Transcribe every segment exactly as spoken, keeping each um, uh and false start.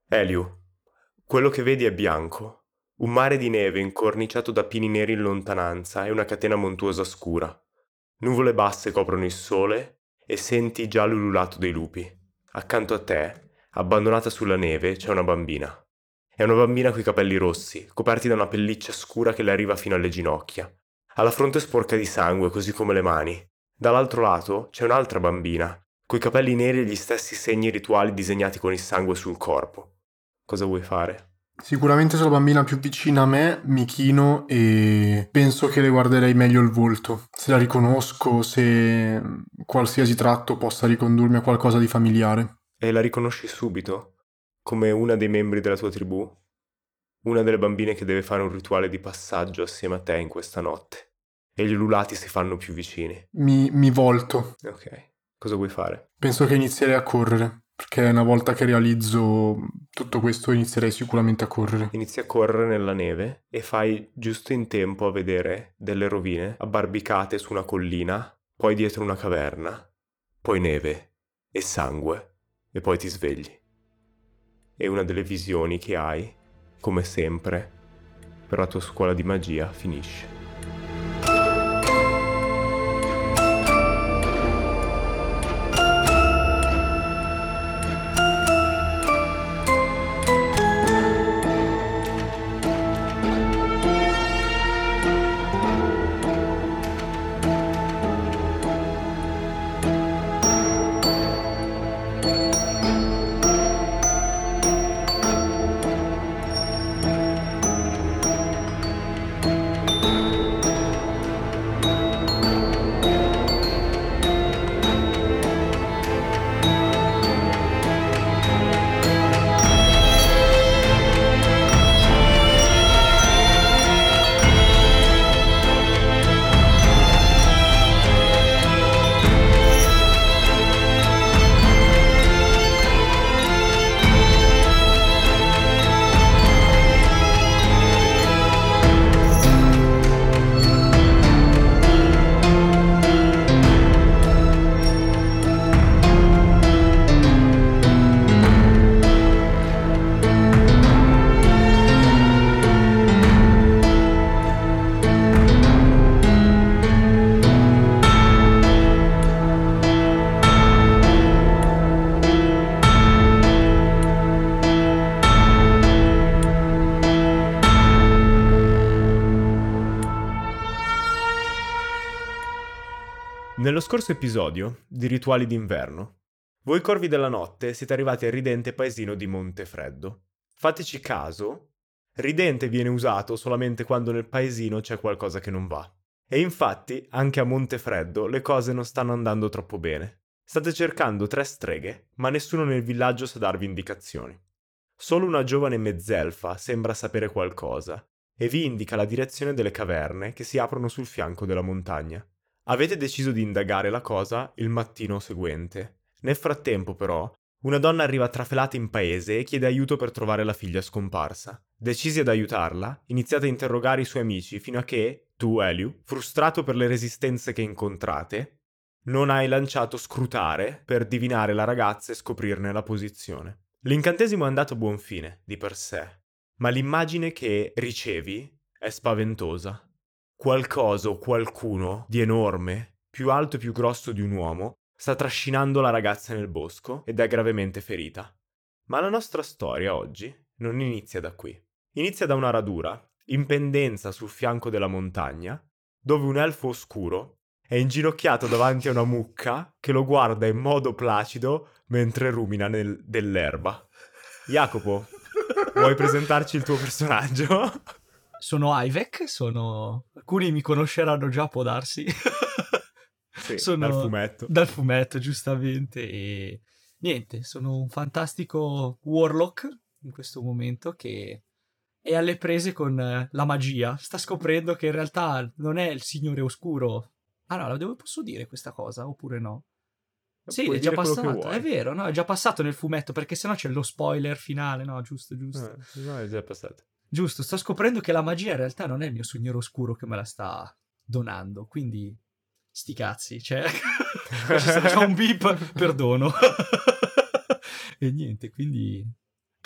Eliu, quello che vedi è bianco. Un mare di neve incorniciato da pini neri in lontananza e una catena montuosa scura. Nuvole basse coprono il sole e senti già l'ululato dei lupi. Accanto a te, abbandonata sulla neve, c'è una bambina. È una bambina coi capelli rossi, coperti da una pelliccia scura che le arriva fino alle ginocchia. Ha la fronte sporca di sangue, così come le mani. Dall'altro lato c'è un'altra bambina, coi capelli neri e gli stessi segni rituali disegnati con il sangue sul corpo. Cosa vuoi fare? Sicuramente se la bambina più vicina a me mi chino e penso che le guarderei meglio il volto. Se la riconosco, se qualsiasi tratto possa ricondurmi a qualcosa di familiare. E la riconosci subito? Come una dei membri della tua tribù? Una delle bambine che deve fare un rituale di passaggio assieme a te in questa notte. E gli ululati si fanno più vicini. Mi, mi volto. Ok, cosa vuoi fare? Penso che inizierei a correre, perché una volta che realizzo tutto questo inizierei sicuramente a correre. Inizi a correre nella neve e fai giusto in tempo a vedere delle rovine abbarbicate su una collina, poi dietro una caverna, poi neve e sangue, e poi ti svegli. E una delle visioni che hai, come sempre, per la tua scuola di magia finisce. Nello scorso episodio di Rituali d'inverno, voi corvi della notte siete arrivati al ridente paesino di Montefreddo. Fateci caso, ridente viene usato solamente quando nel paesino c'è qualcosa che non va. E infatti, anche a Montefreddo le cose non stanno andando troppo bene. State cercando tre streghe, ma nessuno nel villaggio sa darvi indicazioni. Solo una giovane mezzelfa sembra sapere qualcosa e vi indica la direzione delle caverne che si aprono sul fianco della montagna. Avete deciso di indagare la cosa il mattino seguente. Nel frattempo, però, una donna arriva trafelata in paese e chiede aiuto per trovare la figlia scomparsa. Decisi ad aiutarla, iniziate a interrogare i suoi amici fino a che, tu, Eliu, frustrato per le resistenze che incontrate, non hai lanciato scrutare per divinare la ragazza e scoprirne la posizione. L'incantesimo è andato a buon fine, di per sé, ma l'immagine che ricevi è spaventosa. Qualcosa o qualcuno di enorme, più alto e più grosso di un uomo, sta trascinando la ragazza nel bosco ed è gravemente ferita. Ma la nostra storia oggi non inizia da qui. Inizia da una radura, in pendenza sul fianco della montagna, dove un elfo oscuro è inginocchiato davanti a una mucca che lo guarda in modo placido mentre rumina nel- dell'erba. Jacopo, vuoi presentarci il tuo personaggio? Sono Ivek, sono... alcuni mi conosceranno già, può darsi. Sì, sono... dal fumetto. Dal fumetto, giustamente, e niente, sono un fantastico warlock in questo momento che è alle prese con eh, la magia. Sta scoprendo che in realtà non è il Signore Oscuro. Ah no, dove posso dire questa cosa, oppure no? Sì, Puoi è già dire quello che passato, vuoi. è vero, no? È già passato nel fumetto, perché sennò c'è lo spoiler finale, no? Giusto, giusto. Eh, no, è già passato. Giusto, sto scoprendo che la magia in realtà non è il mio signore oscuro che me la sta donando, quindi sti cazzi, cioè questo è stato già un beep, perdono. E niente, quindi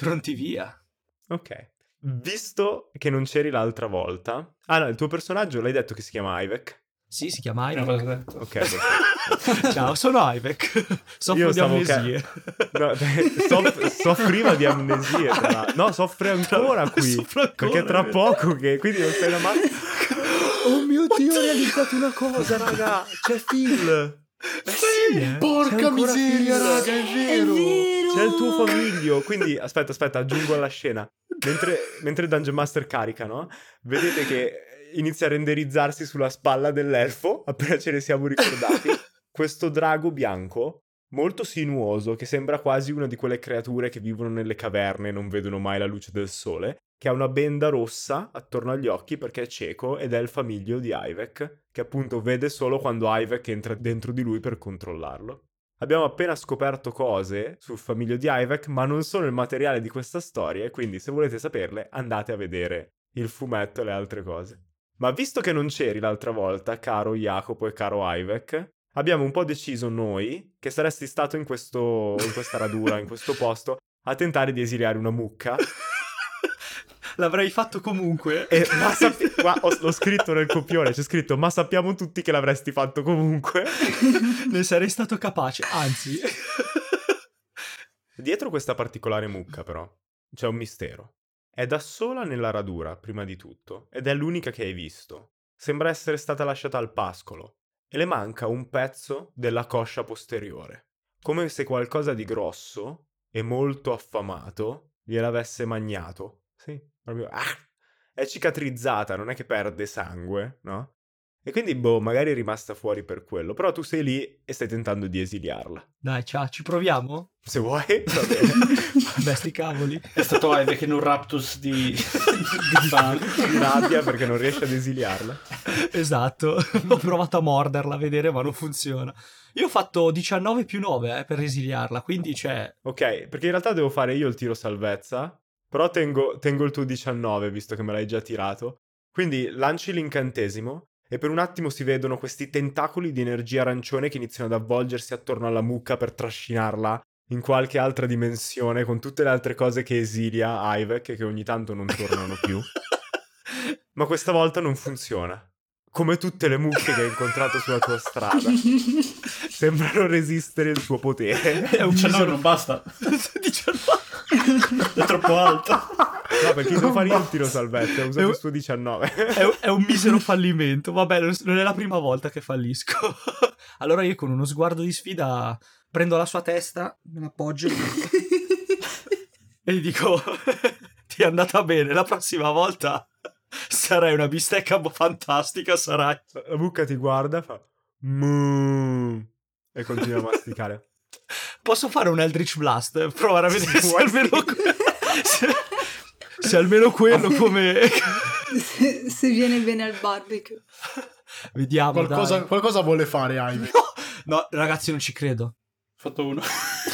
Pronti via. Ok. Visto che non c'eri l'altra volta... Ah no, il tuo personaggio l'hai detto che si chiama Ivek? Sì, si chiama Non Ivek. l'ho detto. Ok, perfetto. Ciao, sono Ivek. Soffro Io di stavo amnesie. No, soff- soffriva di amnesie, tra l'altro. No, soffre ancora qui. Soffro ancora, perché tra è vero. poco che... Quindi non stai la mano... Oh mio Dio, ho realizzato una cosa, raga. C'è Phil. Eh sì, eh. Porca C'è ancora miseria, Phil. raga, è vero. C'è il tuo famiglio. Quindi, aspetta, aspetta, aggiungo alla scena. Mentre, mentre Dungeon Master carica, no? Vedete che inizia a renderizzarsi sulla spalla dell'elfo, appena ce ne siamo ricordati, questo drago bianco, molto sinuoso, che sembra quasi una di quelle creature che vivono nelle caverne e non vedono mai la luce del sole, che ha una benda rossa attorno agli occhi perché è cieco ed è il famiglio di Ivek, che appunto vede solo quando Ivek entra dentro di lui per controllarlo. Abbiamo appena scoperto cose sul famiglio di Ivek, ma non sono il materiale di questa storia, e quindi se volete saperle andate a vedere il fumetto e le altre cose. Ma visto che non c'eri l'altra volta, caro Jacopo e caro Ivek, abbiamo un po' deciso noi che saresti stato in, questo, in questa radura, in questo posto, a tentare di esiliare una mucca. L'avrei fatto comunque. E, ma sappi- qua, ho, l'ho scritto nel copione, c'è scritto ma sappiamo tutti che l'avresti fatto comunque. Ne sarei stato capace, anzi. Dietro questa particolare mucca però c'è un mistero. È da sola nella radura, prima di tutto, ed è l'unica che hai visto. Sembra essere stata lasciata al pascolo e le manca un pezzo della coscia posteriore, come se qualcosa di grosso e molto affamato gliel'avesse magnato. Sì, proprio... Ah! È cicatrizzata, non è che perde sangue, no? E quindi, boh, magari è rimasta fuori per quello, però tu sei lì e stai tentando di esiliarla. Dai, ciao, ci proviamo? Se vuoi, va bene. Beh, sti cavoli. È stato Ivek in un raptus di, di fan. Di rabbia perché non riesce ad esiliarla. Esatto. Ho provato a morderla a vedere, ma non funziona. Io ho fatto diciannove più nove eh, per esiliarla, quindi c'è... Ok, perché in realtà devo fare io il tiro salvezza, però tengo, tengo il tuo diciannove, visto che me l'hai già tirato. Quindi lanci l'incantesimo e per un attimo si vedono questi tentacoli di energia arancione che iniziano ad avvolgersi attorno alla mucca per trascinarla in qualche altra dimensione con tutte le altre cose che esilia Ivek e che ogni tanto non tornano più. Ma questa volta non funziona. Come tutte le mucche che hai incontrato sulla tua strada. Sembrano resistere il suo potere. È un diciannove misero... non basta, diciannove. è troppo alto. No, perché devo fare io il tiro salvezza, ho usato È un- il suo diciannove. È, un- è un misero fallimento. Vabbè, non non è la prima volta che fallisco. Allora io con uno sguardo di sfida prendo la sua testa, me la appoggio e gli dico ti è andata bene, la prossima volta sarai una bistecca bo- fantastica, sarai. La mucca ti guarda, fa... "Mu", e continua a masticare. Posso fare un Eldritch Blast? Provare a vedere se vuoi, almeno, sì. se, se almeno quello come... se, se viene bene al barbecue. Vediamo, Qualcosa, dai. qualcosa vuole fare Ivy. No, ragazzi, non ci credo. Ho fatto uno.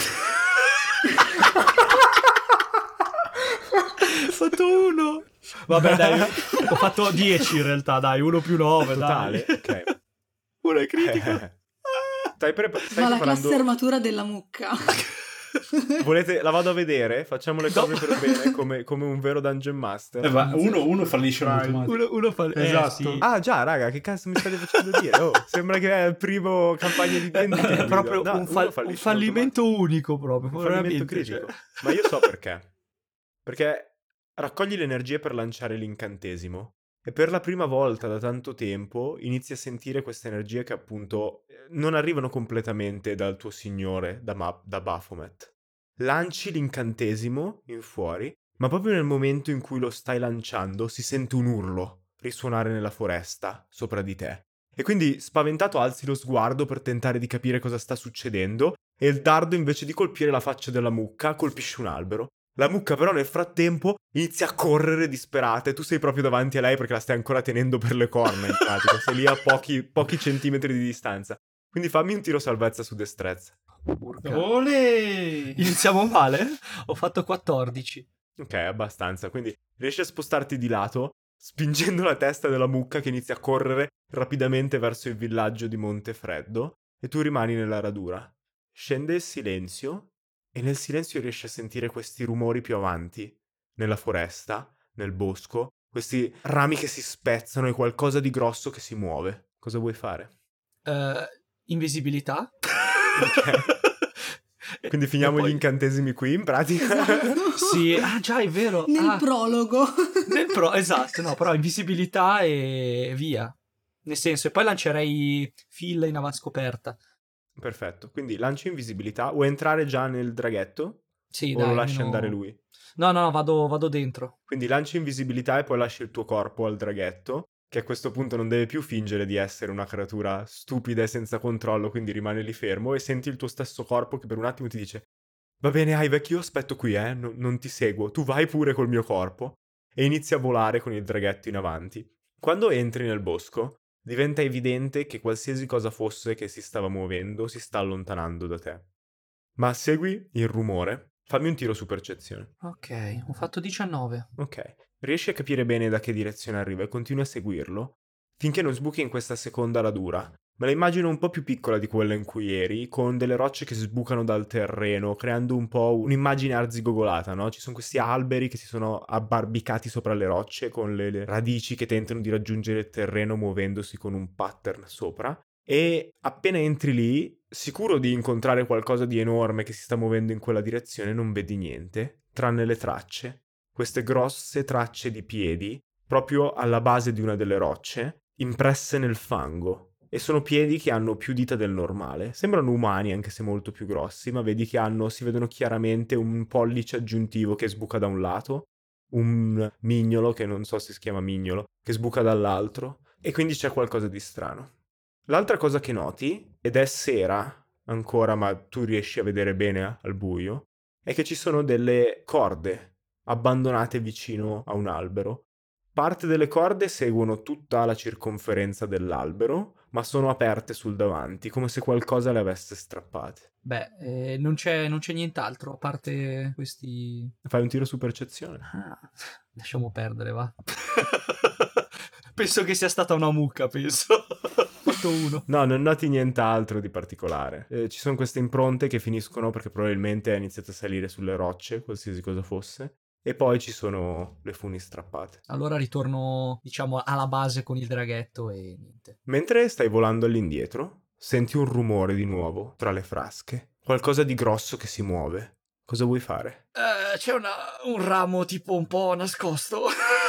Ho fatto uno. Vabbè, dai, ho fatto dieci in realtà, dai, uno più nove, Totale, dai. ok. Uno è critico. Stai, prepa- stai Ma la preparando... classe armatura della mucca. Volete, la vado a vedere? Facciamo le cose No. per bene, come, come un vero Dungeon Master. Eh, va, uno, uno fallisce in Vai. automatico. Uno, uno fa... eh, Esatto. sì. Ah già, raga, che cazzo mi state facendo dire? Oh, sembra che è il primo campagna di D and D. È proprio No, un, uno fall- fallisce un in fallimento unico proprio. automatico. Un fallimento veramente, critico. cioè. Ma io so perché. Perché raccogli le energie per lanciare l'incantesimo e per la prima volta da tanto tempo inizi a sentire queste energie che appunto eh, non arrivano completamente dal tuo signore, da, Ma- da Baphomet. Lanci l'incantesimo in fuori, ma proprio nel momento in cui lo stai lanciando si sente un urlo risuonare nella foresta sopra di te. E quindi spaventato alzi lo sguardo per tentare di capire cosa sta succedendo e il dardo invece di colpire la faccia della mucca colpisce un albero. La mucca però nel frattempo inizia a correre disperata e tu sei proprio davanti a lei perché la stai ancora tenendo per le corna in pratica, sei lì a pochi, pochi centimetri di distanza. Quindi fammi un tiro salvezza su destrezza. Ole! Iniziamo male? Ho fatto quattordici. Ok, abbastanza. Quindi riesci a spostarti di lato, spingendo la testa della mucca che inizia a correre rapidamente verso il villaggio di Montefreddo e tu rimani nella radura. Scende il silenzio e nel silenzio riesci a sentire questi rumori più avanti, nella foresta, nel bosco, questi rami che si spezzano e qualcosa di grosso che si muove. Cosa vuoi fare? Uh, invisibilità. Ok. Quindi finiamo poi... gli incantesimi qui, in pratica. Esatto. Sì, ah già, è vero. Nel ah, prologo. Nel pro, esatto, no, però invisibilità e via. Nel senso, e poi lancerei Phil in avanscoperta. Perfetto, quindi lanci invisibilità. Vuoi entrare già nel draghetto? Sì, o dai, lo lasci almeno- andare lui? No, no, no, vado, vado dentro. Quindi lanci invisibilità e poi lasci il tuo corpo al draghetto, che a questo punto non deve più fingere di essere una creatura stupida e senza controllo, quindi rimane lì fermo e senti il tuo stesso corpo che per un attimo ti dice: va bene, Ivek, io aspetto qui, eh, no- non ti seguo, tu vai pure col mio corpo, e inizi a volare con il draghetto in avanti. Quando entri nel bosco, diventa evidente che qualsiasi cosa fosse che si stava muovendo si sta allontanando da te. Ma segui il rumore. Fammi un tiro su percezione. Ok, ho fatto diciannove. Ok. Riesci a capire bene da che direzione arriva e continui a seguirlo finché non sbuchi in questa seconda radura. Me la immagino un po' più piccola di quella in cui eri, con delle rocce che sbucano dal terreno, creando un po' un'immagine arzigogolata, no? Ci sono questi alberi che si sono abbarbicati sopra le rocce, con le, le radici che tentano di raggiungere il terreno muovendosi con un pattern sopra. E appena entri lì, sicuro di incontrare qualcosa di enorme che si sta muovendo in quella direzione, non vedi niente, tranne le tracce. Queste grosse tracce di piedi, proprio alla base di una delle rocce, impresse nel fango. E sono piedi che hanno più dita del normale. Sembrano umani, anche se molto più grossi, ma vedi che hanno, si vedono chiaramente un pollice aggiuntivo che sbuca da un lato, un mignolo, che non so se si chiama mignolo, che sbuca dall'altro, e quindi c'è qualcosa di strano. L'altra cosa che noti, ed è sera ancora, ma tu riesci a vedere bene al buio, è che ci sono delle corde abbandonate vicino a un albero. Parte delle corde seguono tutta la circonferenza dell'albero, ma sono aperte sul davanti, come se qualcosa le avesse strappate. Beh, eh, non c'è, non c'è nient'altro, a parte questi... Fai un tiro su percezione. Ah, lasciamo perdere, va. Penso che sia stata una mucca, penso. Ho fatto uno. No, non noti nient'altro di particolare. Eh, ci sono queste impronte che finiscono perché probabilmente ha iniziato a salire sulle rocce, qualsiasi cosa fosse. E poi ci sono le funi strappate. Allora ritorno, diciamo, alla base con il draghetto e niente. Mentre stai volando all'indietro, senti un rumore di nuovo tra le frasche. Qualcosa di grosso che si muove. Cosa vuoi fare? Eh, c'è una, un ramo tipo un po' nascosto.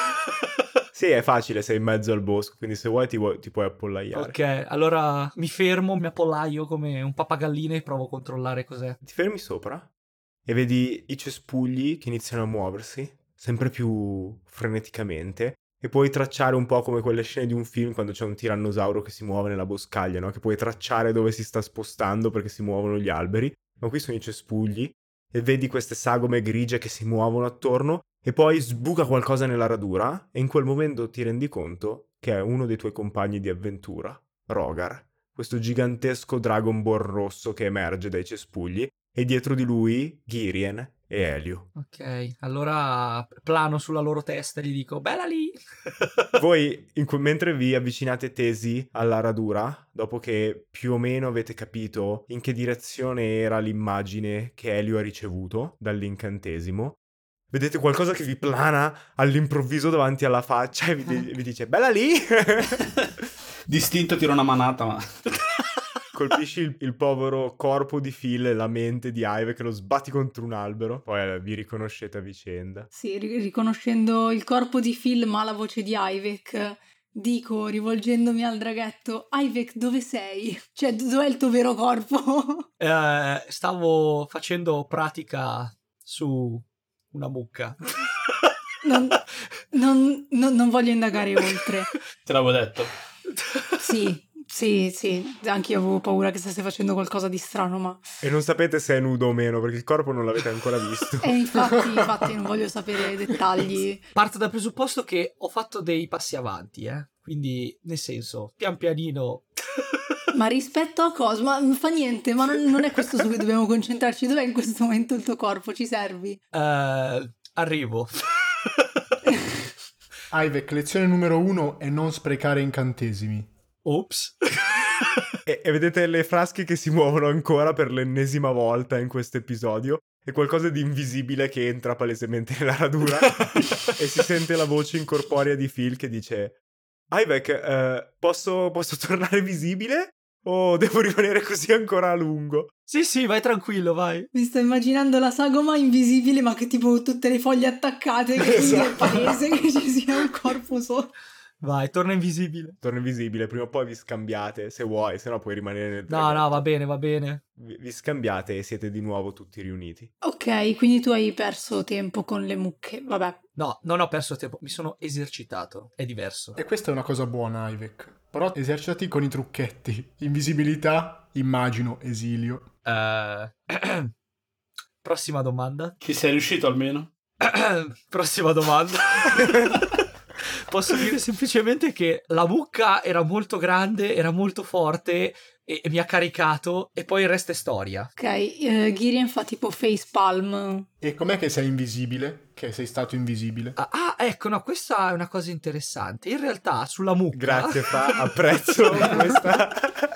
Sì, è facile, sei in mezzo al bosco, quindi se vuoi ti, vuoi, ti puoi appollaiare. Ok, allora mi fermo, mi appollaio come un pappagallino e provo a controllare cos'è. Ti fermi sopra e vedi i cespugli che iniziano a muoversi, sempre più freneticamente, e puoi tracciare un po' come quelle scene di un film quando c'è un tirannosauro che si muove nella boscaglia, no? Che puoi tracciare dove si sta spostando perché si muovono gli alberi. Ma qui sono i cespugli e vedi queste sagome grigie che si muovono attorno e poi sbuca qualcosa nella radura e in quel momento ti rendi conto che è uno dei tuoi compagni di avventura, Rogar, questo gigantesco Dragonborn rosso che emerge dai cespugli, e dietro di lui Girien e Elio. Ok, allora plano sulla loro testa e gli dico bella lì. Voi, in que- mentre vi avvicinate tesi alla radura, dopo che più o meno avete capito in che direzione era l'immagine che Elio ha ricevuto dall'incantesimo, vedete qualcosa che vi plana all'improvviso davanti alla faccia e vi, di- vi dice bella lì. Distinto tiro una manata, ma... Colpisci il, il povero corpo di Phil e la mente di Ive che lo sbatti contro un albero. Poi eh, vi riconoscete a vicenda. Sì, ri- riconoscendo il corpo di Phil ma la voce di Ivek, dico, rivolgendomi al draghetto, Ivek, dove sei? Cioè, d- dov'è il tuo vero corpo? Eh, stavo facendo pratica su una mucca. Non, non- non- non voglio indagare oltre. Te l'avevo detto. Sì, sì, sì, anche io avevo paura che stesse facendo qualcosa di strano, ma... E non sapete se è nudo o meno perché il corpo non l'avete ancora visto. E infatti, infatti non voglio sapere i dettagli. Parto dal presupposto che ho fatto dei passi avanti, eh. Quindi, nel senso, pian pianino... Ma rispetto a cosa? Ma non fa niente, ma non, non è questo su cui dobbiamo concentrarci. Dov'è in questo momento il tuo corpo? Ci servi? Eh, arrivo. Ivek, lezione numero uno è non sprecare incantesimi. Ops. E, e vedete le frasche che si muovono ancora per l'ennesima volta in questo episodio. è qualcosa di invisibile che entra palesemente nella radura e si sente la voce incorporea di Phil che dice: Ivek, eh, posso, posso tornare visibile o devo rimanere così ancora a lungo? Sì, sì, vai tranquillo, vai. Mi sto immaginando la sagoma invisibile, ma che tipo tutte le foglie attaccate, che quindi è Esatto. palese che ci sia un corpo solo. Vai, torna invisibile. Torna invisibile, prima o poi vi scambiate, se vuoi, se no puoi rimanere nel No, traghetto. no, va bene, va bene. Vi, vi scambiate e siete di nuovo tutti riuniti. Ok, quindi tu hai perso tempo con le mucche, vabbè. No, non ho perso tempo, mi sono esercitato. È diverso. E questa è una cosa buona, Ivek. Però esercitati con i trucchetti. Invisibilità, immagino, esilio. Eh, Prossima domanda. Ci sei riuscito almeno? Prossima domanda. Posso dire semplicemente che la mucca era molto grande, era molto forte e, e mi ha caricato, e poi il resto è storia. Ok, eh, Girien fa tipo facepalm. E com'è che sei invisibile? Che sei stato invisibile? Ah, ah, ecco, no, questa è una cosa interessante. In realtà sulla mucca... Grazie, Fra, apprezzo questa...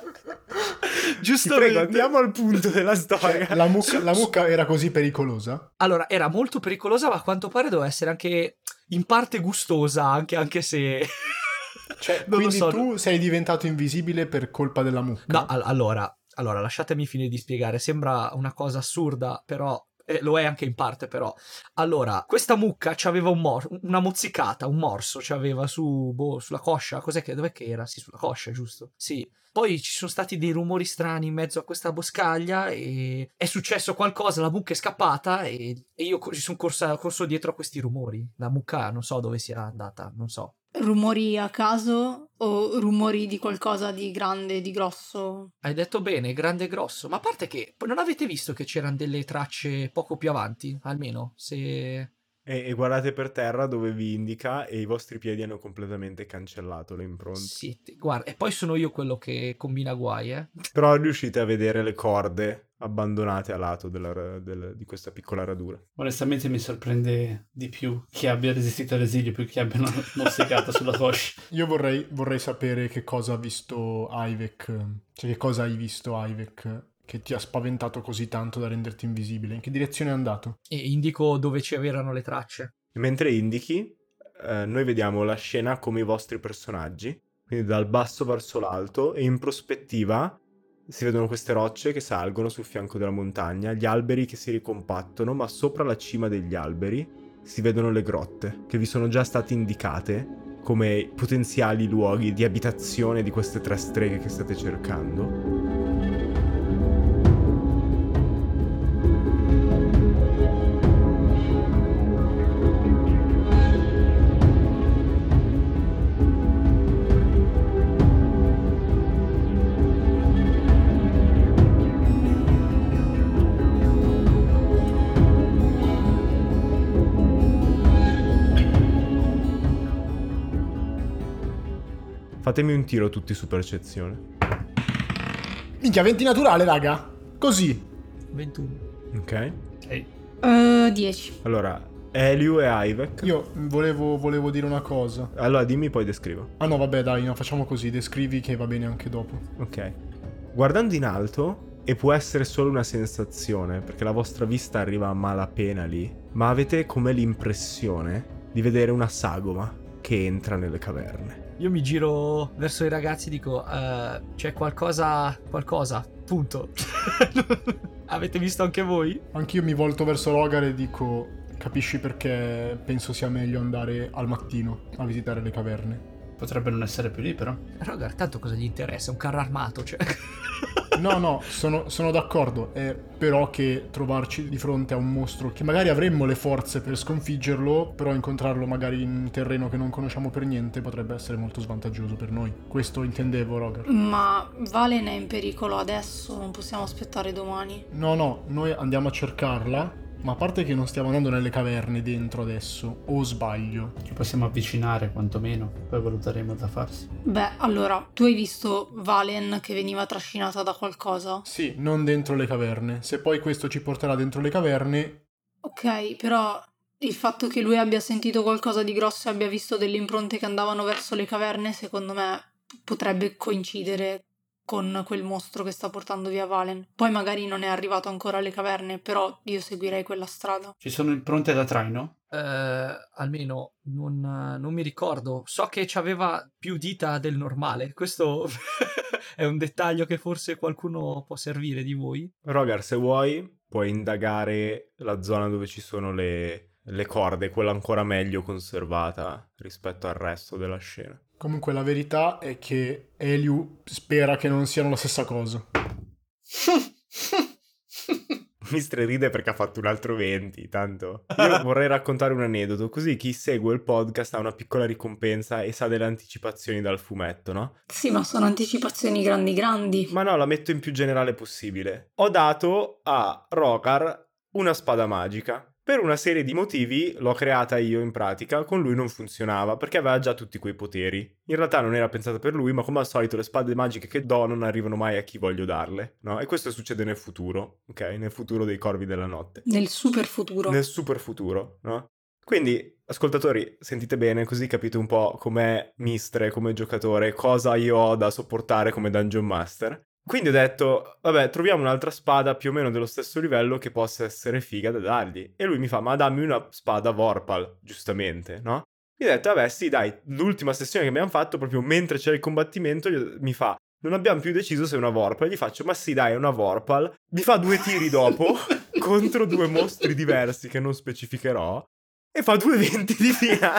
Ti Giustamente. prego, andiamo al punto della storia. Cioè, la, mucca, la mucca era così pericolosa? Allora, era molto pericolosa, ma a quanto pare doveva essere anche in parte gustosa, anche, anche se... Cioè, Non lo quindi so. tu sei diventato invisibile per colpa della mucca? No, al- allora, allora, lasciatemi finire di spiegare. Sembra una cosa assurda, però... eh, lo è anche in parte, però. Allora, questa mucca c'aveva un mor- una mozzicata, un morso, c'aveva su, boh, sulla coscia. Cos'è che, dov'è che era? Sì, sulla coscia, giusto? Sì. Poi ci sono stati dei rumori strani in mezzo a questa boscaglia e è successo qualcosa, la mucca è scappata e, e io co- ci sono corsa- corso dietro a questi rumori. La mucca non so dove sia andata, non so. Rumori a caso o rumori di qualcosa di grande, di grosso? Hai detto bene, grande e grosso. Ma a parte che non avete visto che c'erano delle tracce poco più avanti? Almeno, se... E, e guardate per terra dove vi indica e i vostri piedi hanno completamente cancellato le impronte. Sì, ti- guarda, e poi sono io quello che combina guai, eh. Però riuscite a vedere le corde abbandonate a lato della- del- di questa piccola radura. Onestamente mi sorprende di più che abbia resistito all'esilio più che abbia una mozzicata sulla coscia. Io vorrei, vorrei sapere che cosa ha visto Ivek, cioè che cosa hai visto Ivek che ti ha spaventato così tanto da renderti invisibile. In che direzione è andato? E indico dove ci erano le tracce. Mentre indichi, eh, noi vediamo la scena come i vostri personaggi, quindi dal basso verso l'alto, e in prospettiva si vedono queste rocce che salgono sul fianco della montagna, gli alberi che si ricompattano, ma sopra la cima degli alberi si vedono le grotte, che vi sono già state indicate come potenziali luoghi di abitazione di queste tre streghe che state cercando. Fatemi un tiro tutti su percezione. Minchia, venti naturale, raga. Così. ventuno. Ok? Ok. Uh, dieci. Allora, Eliu e Ivek. Io volevo, volevo dire una cosa. Allora, dimmi, poi descrivo. Ah no, vabbè, dai, no, facciamo così. Descrivi che va bene anche dopo. Ok. Guardando in alto, e può essere solo una sensazione, perché la vostra vista arriva a malapena lì, ma avete come l'impressione di vedere una sagoma che entra nelle caverne. Io mi giro verso i ragazzi e dico, eh, c'è qualcosa, qualcosa, punto. Avete visto anche voi? Anch'io mi volto verso Rogar e dico: capisci perché penso sia meglio andare al mattino a visitare le caverne? Potrebbe non essere più lì, però. Rogar, tanto cosa gli interessa? È un carro armato, cioè... No, no, sono, sono d'accordo, è però che trovarci di fronte a un mostro che magari avremmo le forze per sconfiggerlo, però incontrarlo magari in un terreno che non conosciamo per niente potrebbe essere molto svantaggioso per noi. Questo intendevo, Rogar. Ma Valen è in pericolo adesso, non possiamo aspettare domani. No, no, noi andiamo a cercarla, ma a parte che non stiamo andando nelle caverne dentro adesso, o sbaglio? Ci possiamo avvicinare quantomeno, poi valuteremo da farsi. Beh, allora, tu hai visto Valen che veniva trascinata da qualcosa? Sì, non dentro le caverne. Se poi questo ci porterà dentro le caverne... Ok, però il fatto che lui abbia sentito qualcosa di grosso e abbia visto delle impronte che andavano verso le caverne, secondo me potrebbe coincidere con quel mostro che sta portando via Valen. Poi magari non è arrivato ancora alle caverne, però io seguirei quella strada. Ci sono impronte da traino? Eh, almeno non, non mi ricordo. So che c'aveva più dita del normale. Questo è un dettaglio che forse qualcuno può servire di voi. Rogar, se vuoi, puoi indagare la zona dove ci sono le, le corde, quella ancora meglio conservata rispetto al resto della scena. Comunque la verità è che Eliu spera che non siano la stessa cosa. Mistre ride perché ha fatto un altro venti, tanto. Io vorrei raccontare un aneddoto, così chi segue il podcast ha una piccola ricompensa e sa delle anticipazioni dal fumetto, no? Sì, ma sono anticipazioni grandi grandi. Ma no, la metto in più generale possibile. Ho dato a Rogar una spada magica. Per una serie di motivi l'ho creata io in pratica, con lui non funzionava, perché aveva già tutti quei poteri. In realtà non era pensata per lui, ma come al solito le spade magiche che do non arrivano mai a chi voglio darle, no? E questo succede nel futuro, ok? Nel futuro dei Corvi della Notte. Nel super futuro. Nel super futuro, no? Quindi, ascoltatori, sentite bene, così capite un po' com'è Mistre come giocatore, cosa io ho da sopportare come Dungeon Master. Quindi ho detto, vabbè, troviamo un'altra spada più o meno dello stesso livello che possa essere figa da dargli. E lui mi fa, ma dammi una spada Vorpal, giustamente, no? Io ho detto, vabbè, sì, dai, l'ultima sessione che abbiamo fatto, proprio mentre c'era il combattimento, mi fa, non abbiamo più deciso se è una Vorpal. Gli faccio, ma sì, dai, è una Vorpal. Mi fa due tiri dopo, contro due mostri diversi che non specificherò, e fa due venti di fila,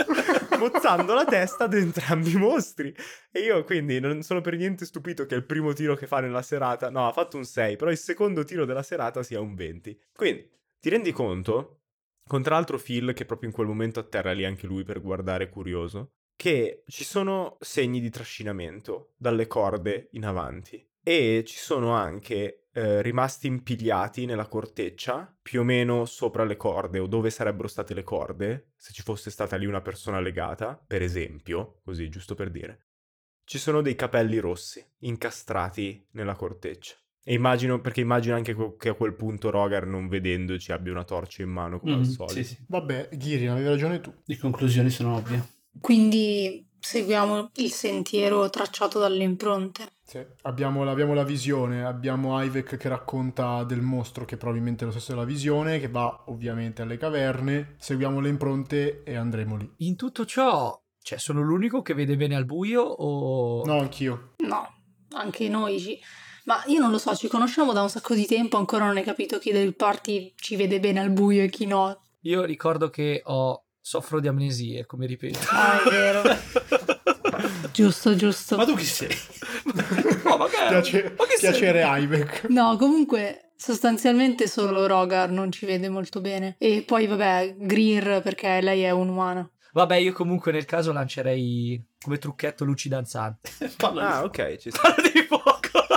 mozzando la testa ad entrambi i mostri. E io quindi non sono per niente stupito che il primo tiro che fa nella serata, no, ha fatto un sei, però il secondo tiro della serata sia un venti. Quindi, ti rendi conto, con tra l'altro Phil, che proprio in quel momento atterra lì anche lui per guardare curioso, che ci sono segni di trascinamento dalle corde in avanti. E ci sono anche eh, rimasti impigliati nella corteccia, più o meno sopra le corde o dove sarebbero state le corde, se ci fosse stata lì una persona legata, per esempio, così giusto per dire. Ci sono dei capelli rossi incastrati nella corteccia. E immagino, perché immagino anche che a quel punto Rogar, non vedendoci, abbia una torcia in mano come Mm, al solito. sì, sì. Vabbè, Ghirin, avevi ragione tu. Le conclusioni sono ovvie. Quindi seguiamo il sentiero tracciato dalle impronte. Sì. Abbiamo, abbiamo la visione, abbiamo Ivek che racconta del mostro che probabilmente è lo stesso della visione, che va ovviamente alle caverne, seguiamo le impronte e andremo lì. In tutto ciò, cioè, sono l'unico che vede bene al buio o... No, anch'io. No, anche noi ci... Ma io non lo so, ci conosciamo da un sacco di tempo, ancora non hai capito chi del party ci vede bene al buio e chi no. Io ricordo che ho... soffro di amnesie, come ripeto. Ah, è vero. Giusto, giusto. Ma tu chi sei? No, ma che... Piace, ma che piacere sei? Ivek. No, comunque sostanzialmente solo Rogar non ci vede molto bene. E poi vabbè, Greer perché lei è un'umana. Vabbè, io comunque nel caso lancerei come trucchetto luci danzanti. Ah, ok, ci sta. Palla di fuoco!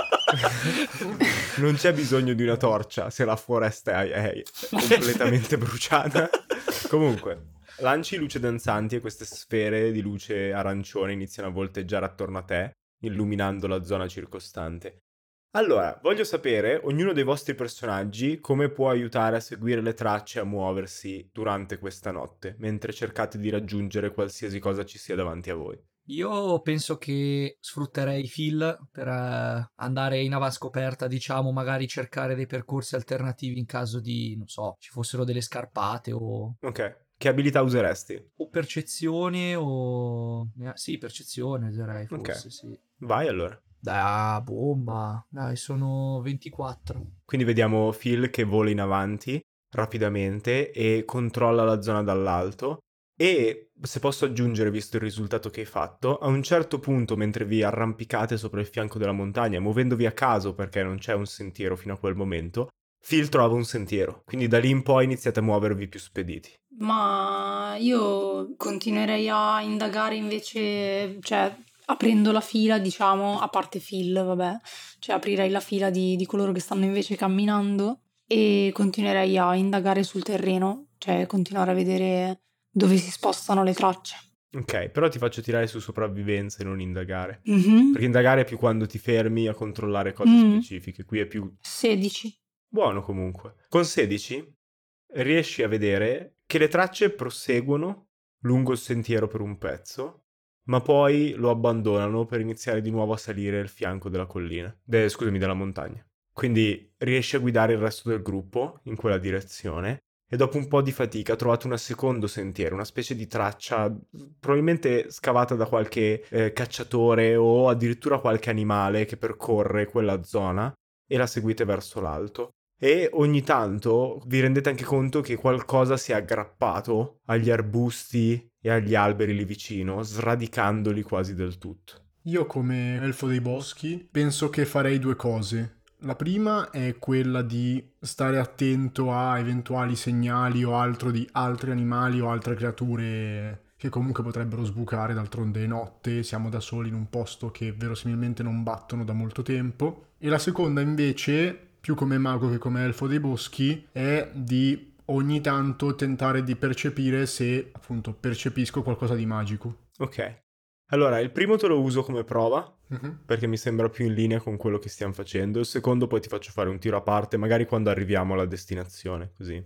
Non c'è bisogno di una torcia se la foresta è, è completamente bruciata. Comunque, lanci luce danzanti e queste sfere di luce arancione iniziano a volteggiare attorno a te, illuminando la zona circostante. Allora, voglio sapere, ognuno dei vostri personaggi, come può aiutare a seguire le tracce e a muoversi durante questa notte, mentre cercate di raggiungere qualsiasi cosa ci sia davanti a voi. Io penso che sfrutterei Phil per eh, andare in avanscoperta, diciamo, magari cercare dei percorsi alternativi in caso di, non so, ci fossero delle scarpate o... Ok, che abilità useresti? o percezione o... Sì, percezione userei Ok. forse, sì. Vai allora. Dai, bomba. Dai, sono ventiquattro. Quindi vediamo Phil che vola in avanti rapidamente e controlla la zona dall'alto. E se posso aggiungere, visto il risultato che hai fatto, a un certo punto mentre vi arrampicate sopra il fianco della montagna, muovendovi a caso perché non c'è un sentiero fino a quel momento, Phil trova un sentiero, quindi da lì in poi iniziate a muovervi più spediti. Ma io continuerei a indagare invece, cioè aprendo la fila, diciamo, a parte Phil, vabbè, cioè aprirei la fila di, di coloro che stanno invece camminando e continuerei a indagare sul terreno, cioè continuare a vedere dove si spostano le tracce. Ok, però ti faccio tirare su sopravvivenza e non indagare. Mhm. Perché indagare è più quando ti fermi a controllare cose Mm. specifiche, qui è più sedici. buono comunque. Con sedici riesci a vedere che le tracce proseguono lungo il sentiero per un pezzo, ma poi lo abbandonano per iniziare di nuovo a salire il fianco della collina, de- scusami, della montagna. Quindi riesce a guidare il resto del gruppo in quella direzione e dopo un po' di fatica trovate un secondo sentiero, una specie di traccia probabilmente scavata da qualche eh, cacciatore o addirittura qualche animale che percorre quella zona e la seguite verso l'alto. E ogni tanto vi rendete anche conto che qualcosa si è aggrappato agli arbusti e agli alberi lì vicino, sradicandoli quasi del tutto. Io come elfo dei boschi penso che farei due cose. La prima è quella di stare attento a eventuali segnali o altro di altri animali o altre creature che comunque potrebbero sbucare, d'altronde è notte, siamo da soli in un posto che verosimilmente non battono da molto tempo. E la seconda invece, più come mago che come elfo dei boschi, è di ogni tanto tentare di percepire se appunto percepisco qualcosa di magico. Ok. Allora, il primo te lo uso come prova, Mhm. perché mi sembra più in linea con quello che stiamo facendo. Il secondo poi ti faccio fare un tiro a parte, magari quando arriviamo alla destinazione, così.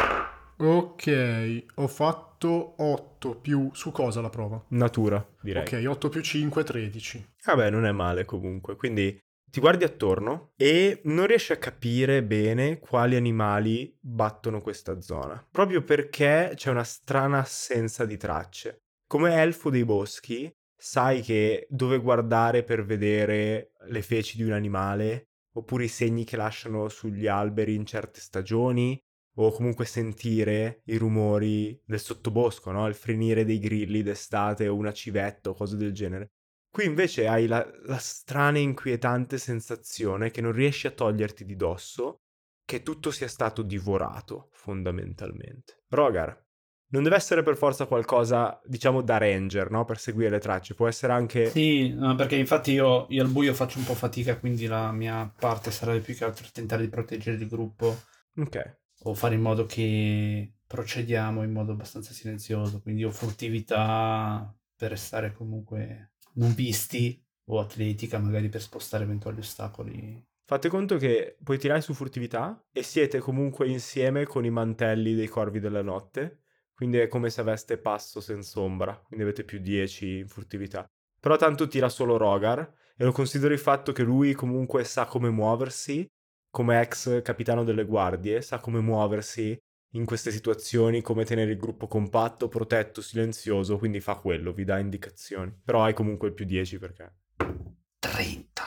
Ok, ho fatto otto più... Su cosa la prova? Natura, direi. Ok, otto più cinque, tredici. Vabbè, non è male comunque. Quindi ti guardi attorno e non riesci a capire bene quali animali battono questa zona. Proprio perché c'è una strana assenza di tracce. Come elfo dei boschi, sai che dove guardare per vedere le feci di un animale, oppure i segni che lasciano sugli alberi in certe stagioni, o comunque sentire i rumori del sottobosco, no? Il frenire dei grilli d'estate o una civetta o cose del genere. Qui invece hai la, la strana e inquietante sensazione che non riesci a toglierti di dosso, che tutto sia stato divorato, fondamentalmente. Rogar, non deve essere per forza qualcosa, diciamo, da ranger, no? Per seguire le tracce, può essere anche... Sì, no, perché infatti io, io al buio faccio un po' fatica, quindi la mia parte sarebbe più che altro tentare di proteggere il gruppo Ok, o fare in modo che procediamo in modo abbastanza silenzioso, quindi o furtività per restare comunque non visti o atletica magari per spostare eventuali ostacoli. fate conto che puoi tirare su furtività e siete comunque insieme con i mantelli dei corvi della notte, quindi è come se aveste passo senza ombra, quindi avete più dieci in furtività. Però tanto tira solo Rogar e lo considero il fatto che lui comunque sa come muoversi, come ex capitano delle guardie, sa come muoversi in queste situazioni, come tenere il gruppo compatto, protetto, silenzioso, quindi fa quello, vi dà indicazioni. Però hai comunque il più dieci perché... trenta.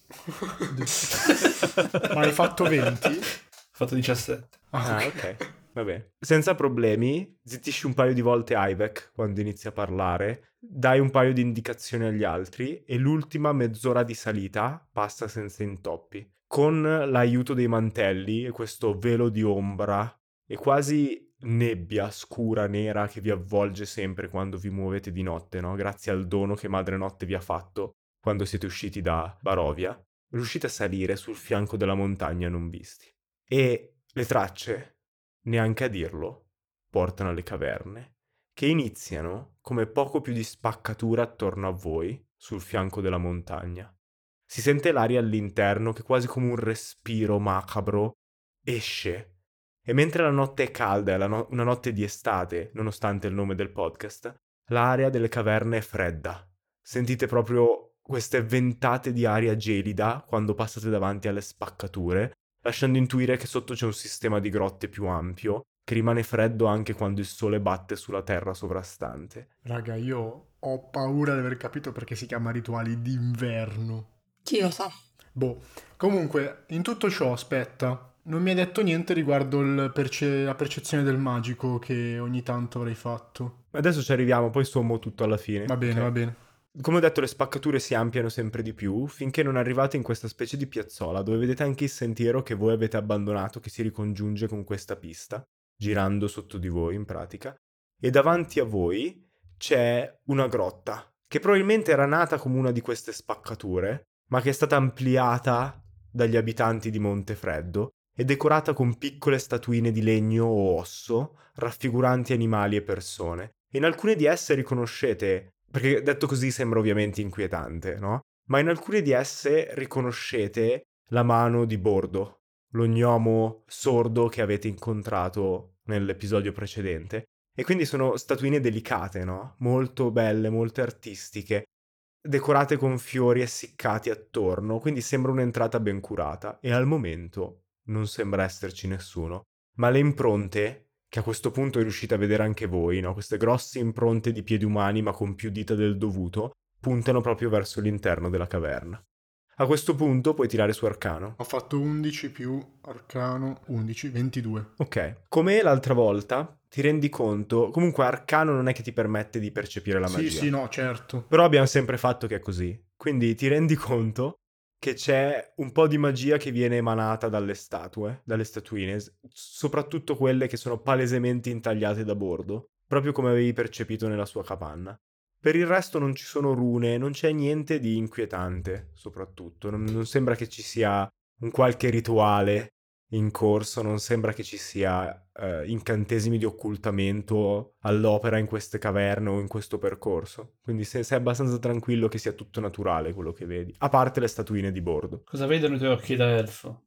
Ma hai fatto venti? Ho fatto diciassette. Ah, ok. Va bene. Senza problemi, zittisci un paio di volte Ivek quando inizi a parlare, dai un paio di indicazioni agli altri e l'ultima mezz'ora di salita passa senza intoppi. Con l'aiuto dei mantelli e questo velo di ombra e quasi nebbia scura, nera che vi avvolge sempre quando vi muovete di notte, no? Grazie al dono che Madre Notte vi ha fatto quando siete usciti da Barovia, riuscite a salire sul fianco della montagna non visti. E le tracce, neanche a dirlo, portano alle caverne, che iniziano come poco più di spaccatura attorno a voi, sul fianco della montagna. Si sente l'aria all'interno che quasi come un respiro macabro esce. E mentre la notte è calda, è la no- una notte di estate, nonostante il nome del podcast, l'aria delle caverne è fredda. Sentite proprio queste ventate di aria gelida quando passate davanti alle spaccature, lasciando intuire che sotto c'è un sistema di grotte più ampio, che rimane freddo anche quando il sole batte sulla terra sovrastante. Raga, io ho paura di aver capito perché si chiama rituali d'inverno. Chi lo sa? Boh, comunque, in tutto ciò, aspetta, non mi hai detto niente riguardo il perce- la percezione del magico che ogni tanto avrei fatto. Adesso ci arriviamo, poi sommo tutto alla fine. Va bene, ok? va bene. Come ho detto, le spaccature si ampliano sempre di più, finché non arrivate in questa specie di piazzola, dove vedete anche il sentiero che voi avete abbandonato, che si ricongiunge con questa pista, girando sotto di voi in pratica, e davanti a voi c'è una grotta, che probabilmente era nata come una di queste spaccature, ma che è stata ampliata dagli abitanti di Montefreddo e decorata con piccole statuine di legno o osso, raffiguranti animali e persone. In alcune di esse riconoscete, perché detto così sembra ovviamente inquietante, no? Ma in alcune di esse riconoscete la mano di Bordo, lo gnomo sordo che avete incontrato nell'episodio precedente, E quindi sono statuine delicate, no? Molto belle, molto artistiche, decorate con fiori essiccati attorno, quindi sembra un'entrata ben curata. E al momento non sembra esserci nessuno, ma le impronte, che a questo punto riuscite a vedere anche voi, no? Queste grosse impronte di piedi umani ma con più dita del dovuto, puntano proprio verso l'interno della caverna. A questo punto puoi tirare su Arcano. Ho fatto undici più Arcano, undici, ventidue. Ok. Come l'altra volta, ti rendi conto... Comunque Arcano non è che ti permette di percepire la magia. Sì, sì, no, certo. Però abbiamo sempre fatto che è così. Quindi ti rendi conto che c'è un po' di magia che viene emanata dalle statue, dalle statuine, s- soprattutto quelle che sono palesemente intagliate da bordo, proprio come avevi percepito nella sua capanna. Per il resto non ci sono rune, non c'è niente di inquietante, soprattutto. Non, non sembra che ci sia un qualche rituale in corso, non sembra che ci sia eh, incantesimi di occultamento all'opera in queste caverne o in questo percorso. Quindi se- sei abbastanza tranquillo che sia tutto naturale quello che vedi, a parte le statuine di bordo. Cosa vedono i tuoi occhi da elfo?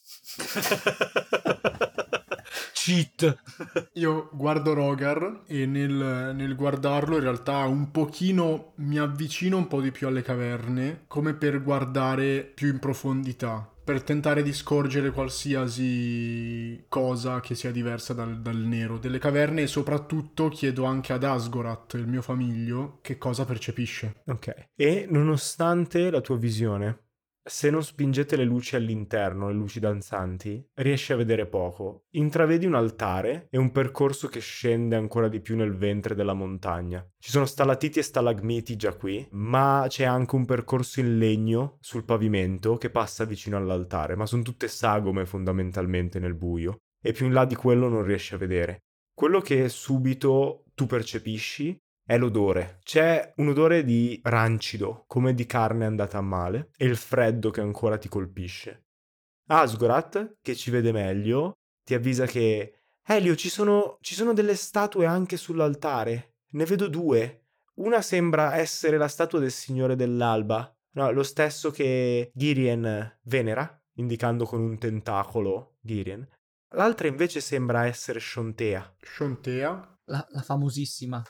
Cheat. Io guardo Rogar e nel, nel guardarlo in realtà un pochino mi avvicino un po' di più alle caverne, come per guardare più in profondità, per tentare di scorgere qualsiasi cosa che sia diversa dal, dal nero delle caverne, e soprattutto chiedo anche ad Asgorat, il mio famiglio, che cosa percepisce. Ok. E nonostante la tua visione, se non spingete le luci all'interno, le luci danzanti, riesci a vedere poco. Intravedi un altare e un percorso che scende ancora di più nel ventre della montagna. Ci sono stalattiti e stalagmiti già qui, ma c'è anche un percorso in legno sul pavimento che passa vicino all'altare, ma sono tutte sagome fondamentalmente nel buio, e più in là di quello non riesci a vedere. Quello che subito tu percepisci è l'odore. C'è un odore di rancido, come di carne andata a male, e il freddo che ancora ti colpisce. Asgorat, che ci vede meglio, ti avvisa che Elio, ci sono, ci sono delle statue anche sull'altare. Ne vedo due. Una sembra essere la statua del Signore dell'Alba, no, lo stesso che Girien venera, indicando con un tentacolo Girien. L'altra invece sembra essere Shontea. Shontea? La, la famosissima.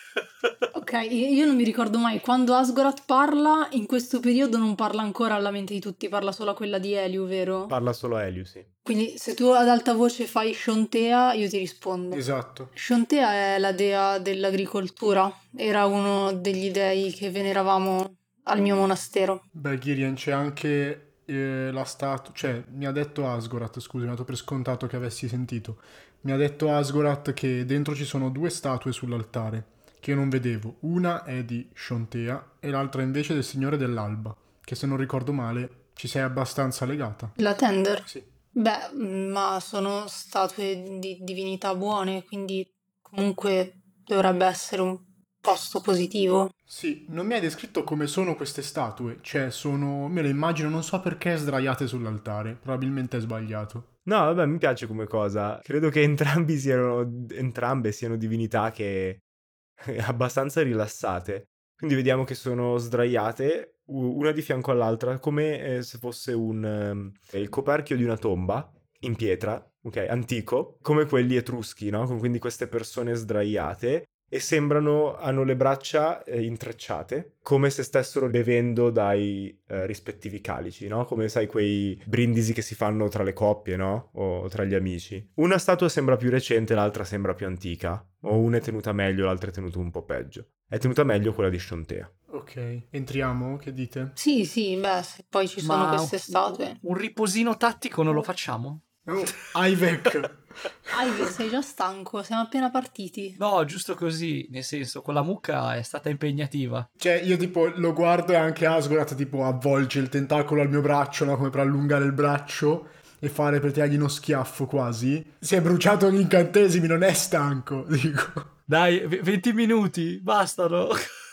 Ok, io non mi ricordo mai, quando Asgorat parla, in questo periodo non parla ancora alla mente di tutti, parla solo a quella di Eliu, vero? Parla solo a Elio, sì. Quindi se tu ad alta voce fai Shontea, io ti rispondo. Esatto. Shontea è la dea dell'agricoltura, era uno degli dei che veneravamo al mio monastero. Beh, Girien, c'è anche eh, la statua, cioè mi ha detto Asgorat, scusi, mi ha dato per scontato che avessi sentito. Mi ha detto Asgorat che dentro ci sono due statue sull'altare, che io non vedevo. Una è di Shontea e l'altra invece del Signore dell'Alba, che se non ricordo male ci sei abbastanza legata. La Tender? Sì. Beh, ma sono statue di divinità buone, quindi comunque dovrebbe essere un posto positivo. Sì, non mi hai descritto come sono queste statue, cioè sono, me le immagino, non so perché sdraiate sull'altare, probabilmente è sbagliato. No, vabbè, mi piace come cosa. Credo che entrambi siano, entrambe siano divinità che abbastanza rilassate. Quindi vediamo che sono sdraiate, u- una di fianco all'altra, come eh, se fosse un, ehm, il coperchio di una tomba in pietra, ok, antico, come quelli etruschi, no? Con quindi queste persone sdraiate. E sembrano, hanno le braccia eh, intrecciate, come se stessero bevendo dai eh, rispettivi calici, no? Come sai quei brindisi che si fanno tra le coppie, no? O tra gli amici. Una statua sembra più recente, l'altra sembra più antica. O una è tenuta meglio, l'altra è tenuta un po' peggio. È tenuta meglio quella di Shontea. Ok, entriamo, che dite? Sì, sì, beh, se poi ci sono Ma queste statue. un riposino tattico non lo facciamo? Oh, Ivek! Ivy, sei già stanco? Siamo appena partiti. No, giusto così, nel senso, con la mucca è stata impegnativa. Cioè, io tipo lo guardo e anche Asgorat tipo avvolge il tentacolo al mio braccio, no? Come per allungare il braccio e fare per tirargli uno schiaffo quasi. Si è bruciato gli incantesimi, non è stanco, dico. Dai, v- venti minuti, bastano.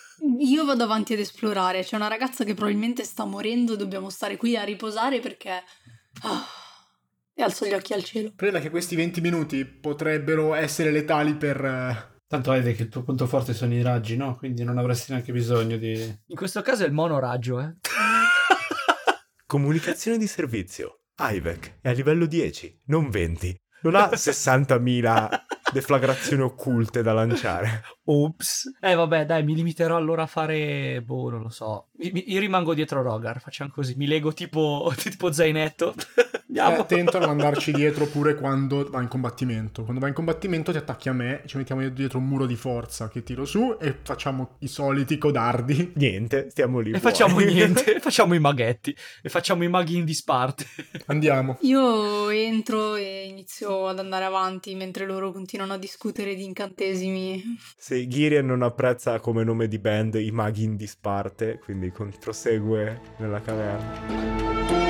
Io vado avanti ad esplorare. C'è una ragazza che probabilmente sta morendo. Dobbiamo stare qui a riposare perché. Ah, e alzo gli occhi al cielo. Il problema è che questi venti minuti potrebbero essere letali per... eh, Tanto vedi che il tuo punto forte sono i raggi, no? Quindi non avresti neanche bisogno di... In questo caso è il monoraggio, eh. Comunicazione di servizio. Ivek è a livello dieci, non venti. Non ha sessantamila deflagrazioni occulte da lanciare. Ops. Eh vabbè, dai, mi limiterò allora a fare, boh, non lo so. Mi- mi- io rimango dietro Rogar, facciamo così, mi lego tipo, tipo zainetto. Andiamo. Eh, tento a mandarci dietro pure quando va in combattimento. Quando va in combattimento ti attacchi a me, ci mettiamo dietro un muro di forza che tiro su e facciamo i soliti codardi. Niente, stiamo lì E fuori. facciamo niente, facciamo i maghetti e facciamo i maghi in disparte. Andiamo. Io entro e inizio ad andare avanti mentre loro continuano a discutere di incantesimi. Sì, Girian non apprezza come nome di band i maghi in disparte, quindi con- prosegue nella caverna.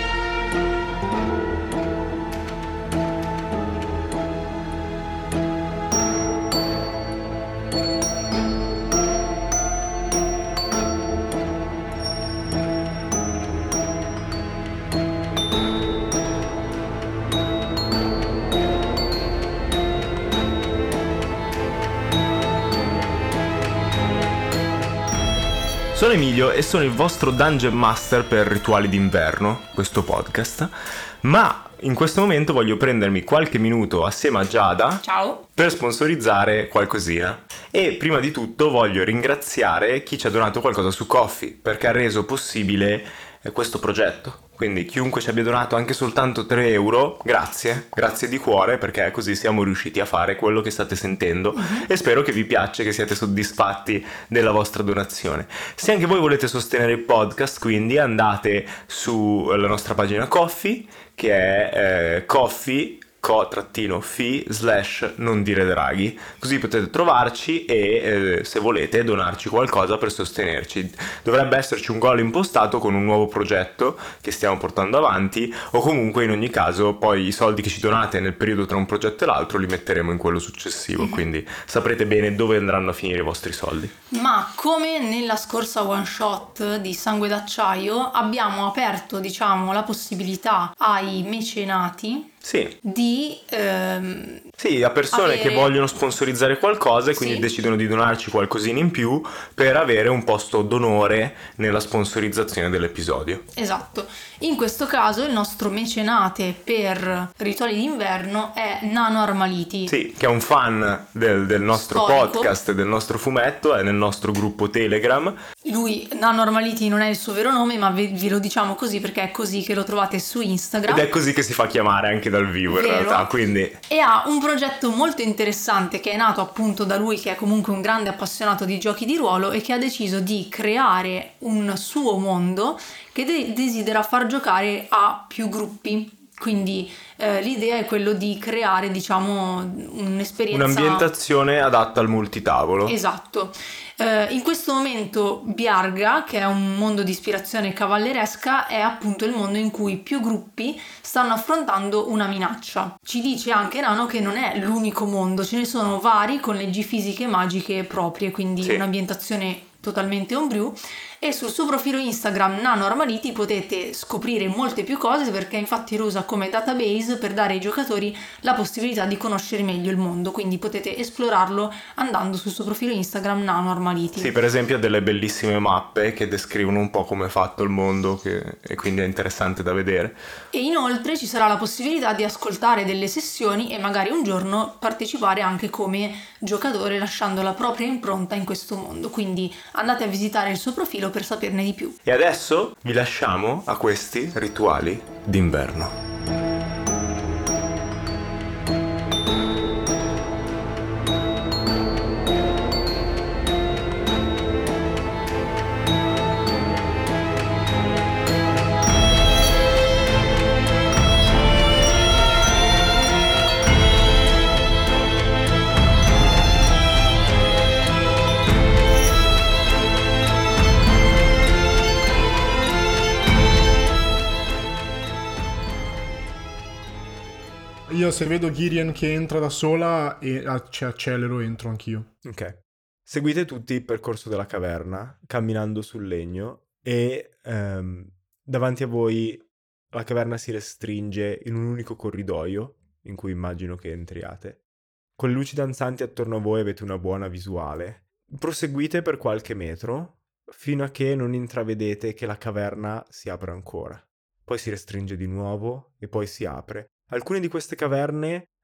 Sono Emilio e sono il vostro Dungeon Master per Rituali d'Inverno, questo podcast, ma in questo momento voglio prendermi qualche minuto assieme a Giada Ciao. per sponsorizzare qualcosina. E prima di tutto voglio ringraziare chi ci ha donato qualcosa su Ko-fi, perché ha reso possibile eh, questo progetto. Quindi chiunque ci abbia donato anche soltanto tre euro, grazie, grazie di cuore, perché così siamo riusciti a fare quello che state sentendo e spero che vi piaccia, che siate soddisfatti della vostra donazione. Se anche voi volete sostenere il podcast, quindi andate sulla nostra pagina Ko-fi, che è eh, Ko-fi co-fi slash non dire draghi, così potete trovarci e eh, se volete donarci qualcosa per sostenerci. Dovrebbe esserci un goal impostato con un nuovo progetto che stiamo portando avanti, o comunque in ogni caso poi i soldi che ci donate nel periodo tra un progetto e l'altro li metteremo in quello successivo, quindi saprete bene dove andranno a finire i vostri soldi. Ma come nella scorsa one shot di Sangue d'Acciaio abbiamo aperto, diciamo, la possibilità ai mecenati Sì, di ehm, sì, a persone avere- che vogliono sponsorizzare qualcosa e quindi Sì. decidono di donarci qualcosina in più per avere un posto d'onore nella sponsorizzazione dell'episodio. Esatto. In questo caso il nostro mecenate per Rituali d'inverno è Nano Armaliti. Sì, che è un fan del, del nostro Storico. podcast e del nostro fumetto, è nel nostro gruppo Telegram. Lui, Nano Armaliti, non è il suo vero nome, ma ve, ve lo diciamo così perché è così che lo trovate su Instagram. Ed è così che si fa chiamare anche dal vivo in Vero. realtà, quindi E ha un progetto molto interessante che è nato appunto da lui, che è comunque un grande appassionato di giochi di ruolo e che ha deciso di creare un suo mondo che de- desidera far giocare a più gruppi. Quindi eh, l'idea è quello di creare, diciamo, un'esperienza... un'ambientazione adatta al multitavolo. Esatto. Eh, in questo momento Biarga, che è un mondo di ispirazione cavalleresca, è appunto il mondo in cui più gruppi stanno affrontando una minaccia. Ci dice anche Nano che non è l'unico mondo, ce ne sono vari con leggi fisiche e magiche proprie, quindi Sì. un'ambientazione totalmente homebrew. E sul suo profilo Instagram Nano Armaliti potete scoprire molte più cose, perché infatti lo usa come database per dare ai giocatori la possibilità di conoscere meglio il mondo, quindi potete esplorarlo andando sul suo profilo Instagram Nano Armaliti. Sì, per esempio ha delle bellissime mappe che descrivono un po' come è fatto il mondo che- e quindi è interessante da vedere. E inoltre ci sarà la possibilità di ascoltare delle sessioni e magari un giorno partecipare anche come giocatore, lasciando la propria impronta in questo mondo. Quindi andate a visitare il suo profilo per saperne di più. E adesso vi lasciamo a questi rituali d'inverno. Io se vedo Girian che entra da sola e ah, ci accelero, entro anch'io. Ok. Seguite tutti il percorso della caverna, camminando sul legno, e ehm, davanti a voi la caverna si restringe in un unico corridoio, in cui immagino che entriate. Con le luci danzanti attorno a voi avete una buona visuale. Proseguite per qualche metro, fino a che non intravedete che la caverna si apre ancora. Poi si restringe di nuovo e poi si apre. Alcune di queste caverne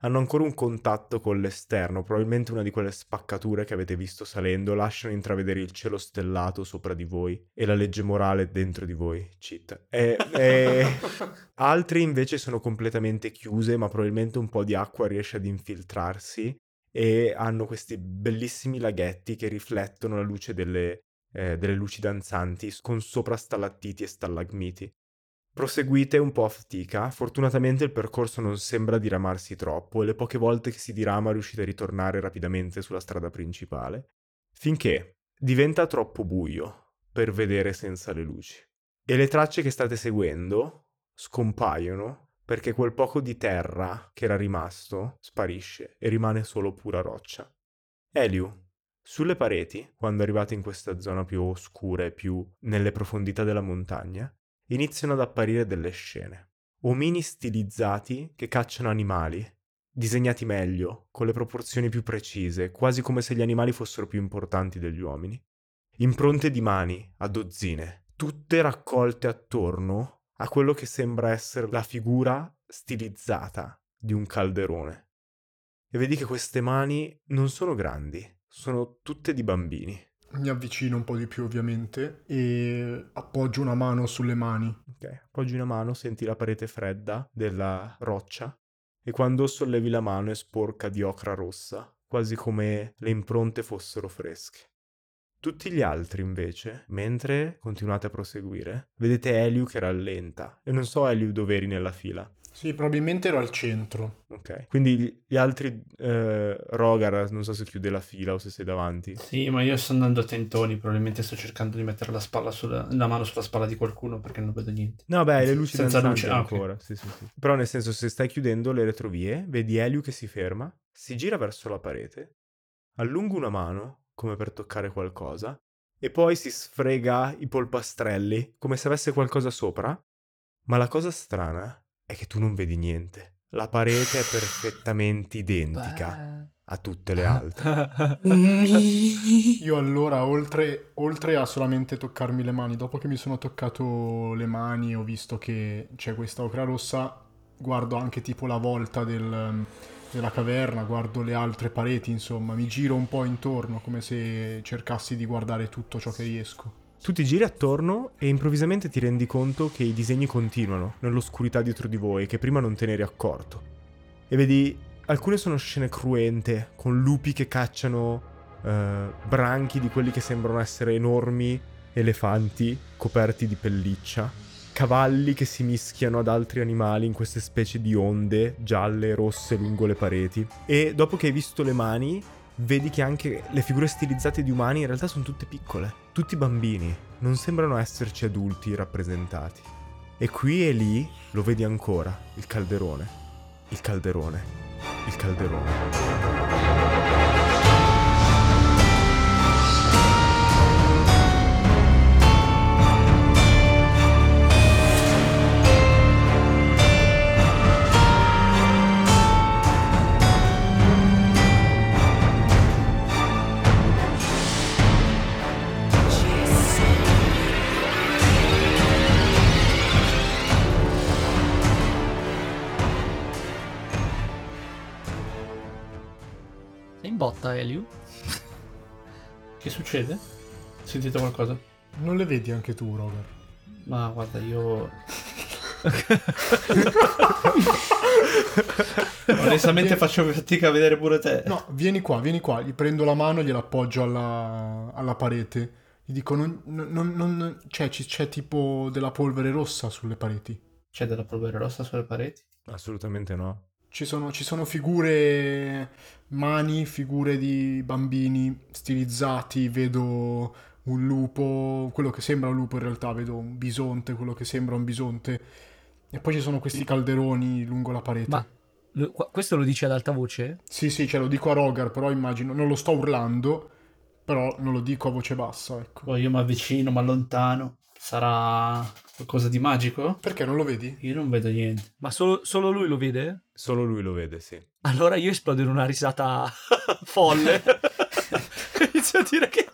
hanno ancora un contatto con l'esterno, probabilmente una di quelle spaccature che avete visto salendo lasciano intravedere il cielo stellato sopra di voi e la legge morale dentro di voi. Cheat. E, e... Altri invece sono completamente chiuse, ma probabilmente un po' di acqua riesce ad infiltrarsi e hanno questi bellissimi laghetti che riflettono la luce delle, eh, delle luci danzanti con sopra stalattiti e stalagmiti. Proseguite un po' a fatica, fortunatamente il percorso non sembra diramarsi troppo e le poche volte che si dirama riuscite a ritornare rapidamente sulla strada principale, finché diventa troppo buio per vedere senza le luci. E le tracce che state seguendo scompaiono perché quel poco di terra che era rimasto sparisce e rimane solo pura roccia. Eliu, sulle pareti, quando arrivate in questa zona più oscura e più nelle profondità della montagna, iniziano ad apparire delle scene. Omini stilizzati che cacciano animali, disegnati meglio, con le proporzioni più precise, quasi come se gli animali fossero più importanti degli uomini. Impronte di mani, a dozzine, tutte raccolte attorno a quello che sembra essere la figura stilizzata di un calderone. E vedi che queste mani non sono grandi, sono tutte di bambini. Mi avvicino un po' di più ovviamente e appoggio una mano sulle mani. Ok, appoggi una mano, senti la parete fredda della roccia e quando sollevi la mano è sporca di ocra rossa, quasi come le impronte fossero fresche. Tutti gli altri invece, mentre continuate a proseguire, vedete Eliu che rallenta e non so Eliu dove eri nella fila. Sì, probabilmente ero al centro. Ok, quindi gli altri, eh, Rogar, non so se chiude la fila o se sei davanti. Sì, ma io sto andando a tentoni, probabilmente sto cercando di mettere la, spalla sulla, la mano sulla spalla di qualcuno perché non vedo niente. No, beh, le luci Senza danzanti luce, ah, ok. ancora. Sì, sì, sì. Però nel senso, se stai chiudendo le retrovie, vedi Eliu che si ferma, si gira verso la parete, allunga una mano, come per toccare qualcosa, e poi si sfrega i polpastrelli, come se avesse qualcosa sopra. Ma la cosa strana è che tu non vedi niente. La parete è perfettamente identica a tutte le altre. Io allora, oltre, oltre a solamente toccarmi le mani, dopo che mi sono toccato le mani e ho visto che c'è questa ocra rossa, guardo anche tipo la volta del, della caverna, guardo le altre pareti, insomma, mi giro un po' intorno come se cercassi di guardare tutto ciò che riesco. Tu ti giri attorno e improvvisamente ti rendi conto che i disegni continuano nell'oscurità dietro di voi, che prima non te ne eri accorto. E vedi, alcune sono scene cruente, con lupi che cacciano eh, branchi di quelli che sembrano essere enormi elefanti coperti di pelliccia, cavalli che si mischiano ad altri animali in queste specie di onde gialle e rosse lungo le pareti. E dopo che hai visto le mani, vedi che anche le figure stilizzate di umani in realtà sono tutte piccole, tutti bambini, non sembrano esserci adulti rappresentati. E qui e lì lo vedi ancora, il calderone, il calderone, il calderone. Sei in botta, Eliu? Che succede? Sentite qualcosa? Non le vedi anche tu, Roger? Ma guarda, io... Onestamente faccio fatica a vedere pure te. No, vieni qua, vieni qua, gli prendo la mano e gliel'appoggio alla, alla parete. Gli dico, non, non, non, c'è, c'è tipo della polvere rossa sulle pareti. C'è della polvere rossa sulle pareti? Assolutamente no. Ci sono, ci sono figure, mani, figure di bambini stilizzati, vedo un lupo, quello che sembra un lupo in realtà, vedo un bisonte, quello che sembra un bisonte, e poi ci sono questi calderoni lungo la parete. Ma lo- qua- questo lo dici ad alta voce? Sì, sì, ce lo dico a Rogar, però immagino, non lo sto urlando, però non lo dico a voce bassa, ecco. Poi io mi avvicino, mi allontano. Sarà qualcosa di magico? Perché non lo vedi? Io non vedo niente. Ma solo, solo lui lo vede? Solo lui lo vede, sì. Allora io esplodo in una risata folle. Inizio a dire che...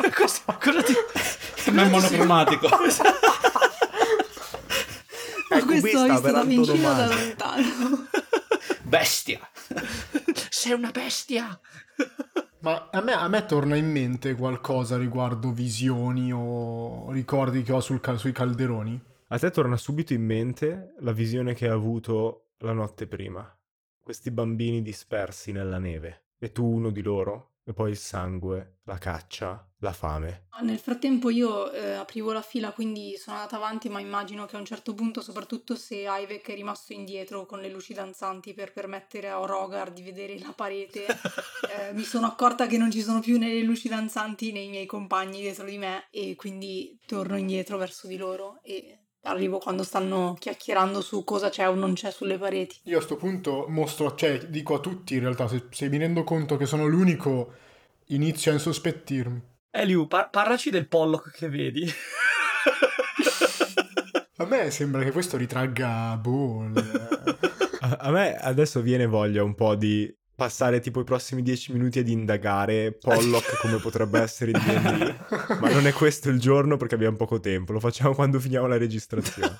cosa, cosa ti... Ma è monocromatico. Ecco, questo ho cubista visto per da vicino da antonomasia. lontano. Bestia! Sei una bestia! Ma a me, a me torna in mente qualcosa riguardo visioni o ricordi che ho sul cal- sui calderoni? A te torna subito in mente la visione che hai avuto la notte prima. Questi bambini dispersi nella neve. E tu uno di loro. E poi il sangue, la caccia, la fame. Nel frattempo io eh, aprivo la fila, quindi sono andata avanti, ma immagino che a un certo punto, soprattutto se Ivek è rimasto indietro con le luci danzanti per permettere a Rogar di vedere la parete, eh, mi sono accorta che non ci sono più né le luci danzanti né i miei compagni dietro di me, e quindi torno indietro verso di loro e arrivo quando stanno chiacchierando su cosa c'è o non c'è sulle pareti. Io a sto punto mostro, cioè dico a tutti in realtà, se, se mi rendo conto che sono l'unico, inizio a insospettirmi. Eliu, par- parlaci del Pollock che vedi. A me sembra che questo ritragga boh, il- A, a me adesso viene voglia un po' di passare tipo i prossimi dieci minuti ad indagare Pollock come potrebbe essere in D and D, ma non è questo il giorno perché abbiamo poco tempo, lo facciamo quando finiamo la registrazione.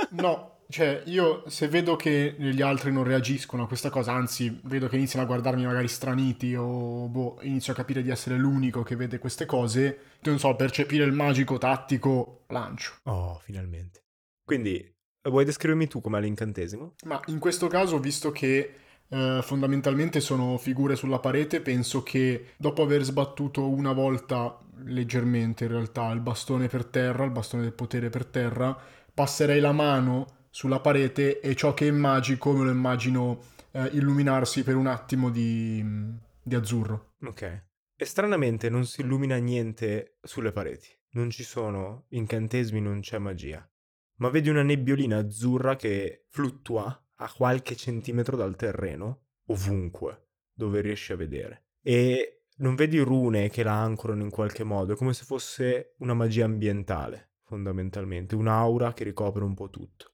No, cioè io se vedo che gli altri non reagiscono a questa cosa, anzi vedo che iniziano a guardarmi magari straniti o boh, inizio a capire di essere l'unico che vede queste cose, non so, percepire il magico tattico, lancio. Oh, finalmente. Quindi, vuoi descrivermi tu com'è l'incantesimo? Ma in questo caso, visto che eh, fondamentalmente sono figure sulla parete, penso che dopo aver sbattuto una volta, leggermente in realtà, il bastone per terra, il bastone del potere per terra, passerei la mano sulla parete e ciò che è magico me lo immagino eh, illuminarsi per un attimo di, di azzurro. Ok. E stranamente non si illumina niente sulle pareti. Non ci sono incantesimi, non c'è magia. Ma vedi una nebbiolina azzurra che fluttua a qualche centimetro dal terreno, ovunque, dove riesci a vedere. E non vedi rune che la ancorano in qualche modo, è come se fosse una magia ambientale, fondamentalmente, un'aura che ricopre un po' tutto.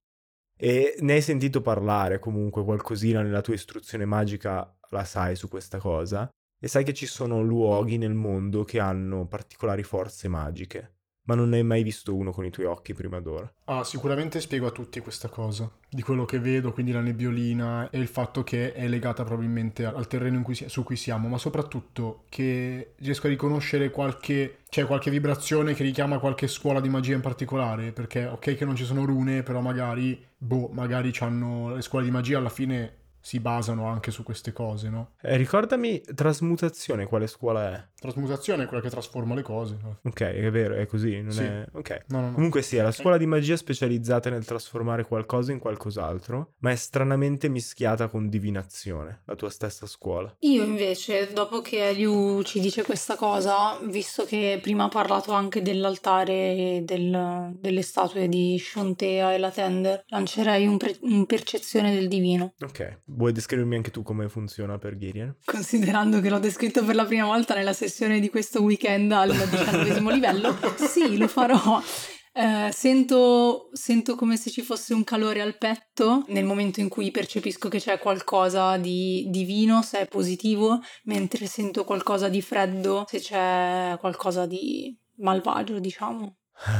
E ne hai sentito parlare comunque qualcosina nella tua istruzione magica, la sai su questa cosa, e sai che ci sono luoghi nel mondo che hanno particolari forze magiche, ma non ne hai mai visto uno con i tuoi occhi prima d'ora. Ah, sicuramente spiego a tutti questa cosa, di quello che vedo, quindi la nebbiolina e il fatto che è legata probabilmente al terreno in cui si- su cui siamo, ma soprattutto che riesco a riconoscere qualche, cioè qualche vibrazione che richiama qualche scuola di magia in particolare, perché ok che non ci sono rune, però magari, boh, magari c'hanno le scuole di magia alla fine si basano anche su queste cose, no? Eh, ricordami, trasmutazione, quale scuola è? Trasmutazione è quella che trasforma le cose. Ok, è vero, è così, non Sì. è... Ok. No, no, no. Comunque sì, è la scuola di magia specializzata nel trasformare qualcosa in qualcos'altro, ma è stranamente mischiata con divinazione, la tua stessa scuola. Io invece, dopo che Eliu ci dice questa cosa, visto che prima ha parlato anche dell'altare e del- delle statue di Shontea e la Tender, lancerei un, pre- un percezione del divino. Ok, vuoi descrivermi anche tu come funziona per Gideon? Considerando che l'ho descritto per la prima volta nella sessione di questo weekend al diciannovesimo livello, sì, lo farò. Eh, sento, sento come se ci fosse un calore al petto nel momento in cui percepisco che c'è qualcosa di divino, se è positivo, mentre sento qualcosa di freddo, se c'è qualcosa di malvagio, diciamo.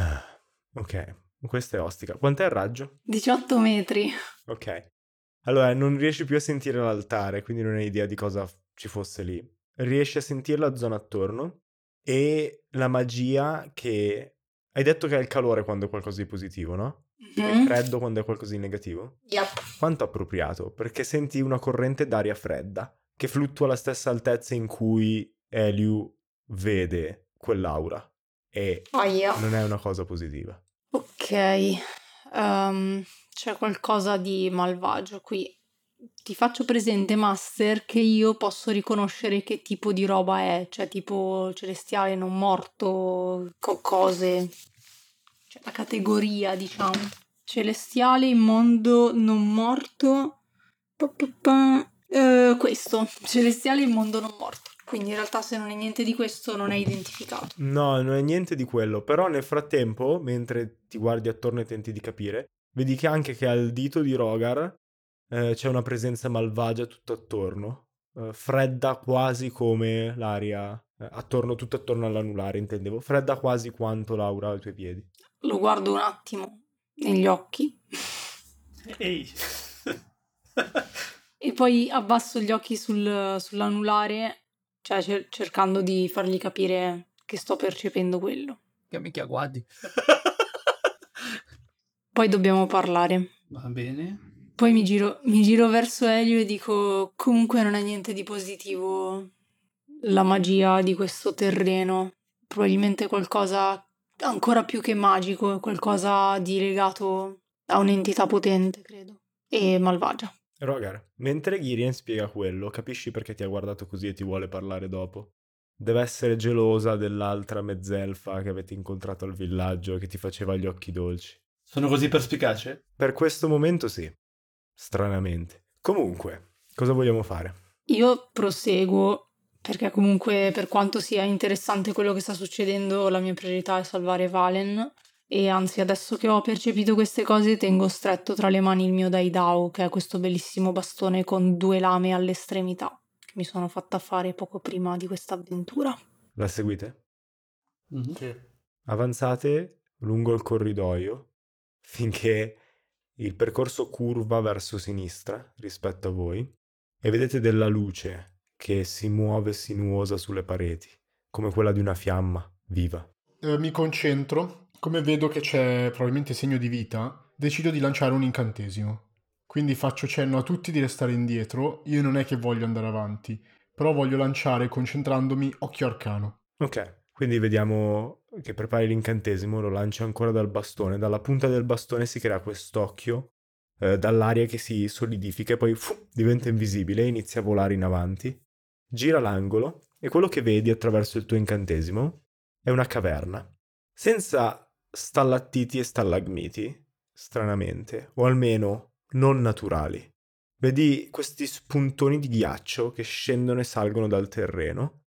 Ok, questa è ostica. Quant'è il raggio? diciotto metri. Ok. Allora, non riesci più a sentire l'altare, quindi non hai idea di cosa f- ci fosse lì. Riesci a sentire la zona attorno e la magia che... Hai detto che è il calore quando è qualcosa di positivo, no? È Mhm. freddo quando è qualcosa di negativo? Yep. Quanto appropriato, perché senti una corrente d'aria fredda che fluttua alla stessa altezza in cui Eliu vede quell'aura e Aia. non è una cosa positiva. Ok, ehm, c'è qualcosa di malvagio qui. Ti faccio presente, Master, che io posso riconoscere che tipo di roba è, cioè tipo celestiale non morto, co- cose, cioè la categoria, diciamo. Celestiale, immondo, non morto. Pa, pa, pa. Eh, questo, celestiale, immondo, non morto. Quindi in realtà se non è niente di questo non è identificato. No, non è niente di quello, però nel frattempo, mentre ti guardi attorno e tenti di capire, vedi che anche che al dito di Rogar eh, c'è una presenza malvagia tutto attorno, eh, fredda quasi come l'aria, eh, attorno, tutto attorno all'anulare, intendevo, fredda quasi quanto l'aura ai tuoi piedi. Lo guardo un attimo negli occhi. Ehi. E poi abbasso gli occhi sul, sull'anulare, cioè cer- cercando di fargli capire che sto percependo quello. Che mica guardi. Poi dobbiamo parlare. Va bene. Poi mi giro, mi giro verso Elio e dico: comunque non è niente di positivo la magia di questo terreno. Probabilmente qualcosa ancora più che magico, qualcosa di legato a un'entità potente, credo, e malvagia. Rogar, mentre Girien spiega quello, capisci perché ti ha guardato così e ti vuole parlare dopo? Deve essere gelosa dell'altra mezzelfa che avete incontrato al villaggio e che ti faceva gli occhi dolci. Sono così perspicace? Per questo momento sì, stranamente. Comunque, cosa vogliamo fare? Io proseguo perché comunque, per quanto sia interessante quello che sta succedendo, la mia priorità è salvare Valen. E anzi, adesso che ho percepito queste cose, tengo stretto tra le mani il mio Daidao, che è questo bellissimo bastone con due lame alle estremità, che mi sono fatta fare poco prima di questa avventura. La seguite? Mm-hmm. Sì. Avanzate lungo il corridoio finché il percorso curva verso sinistra rispetto a voi e vedete della luce che si muove sinuosa sulle pareti, come quella di una fiamma viva. Eh, mi concentro. Come vedo che c'è probabilmente segno di vita, decido di lanciare un incantesimo. Quindi faccio cenno a tutti di restare indietro. Io non è che voglio andare avanti, però voglio lanciare concentrandomi occhio arcano. Ok, quindi vediamo che prepari l'incantesimo, lo lanci ancora dal bastone. Dalla punta del bastone si crea quest'occhio eh, dall'aria che si solidifica e poi fu, diventa invisibile e inizia a volare in avanti. Gira l'angolo e quello che vedi attraverso il tuo incantesimo è una caverna. Senza stallattiti e stalagmiti, stranamente, o almeno non naturali. Vedi questi spuntoni di ghiaccio che scendono e salgono dal terreno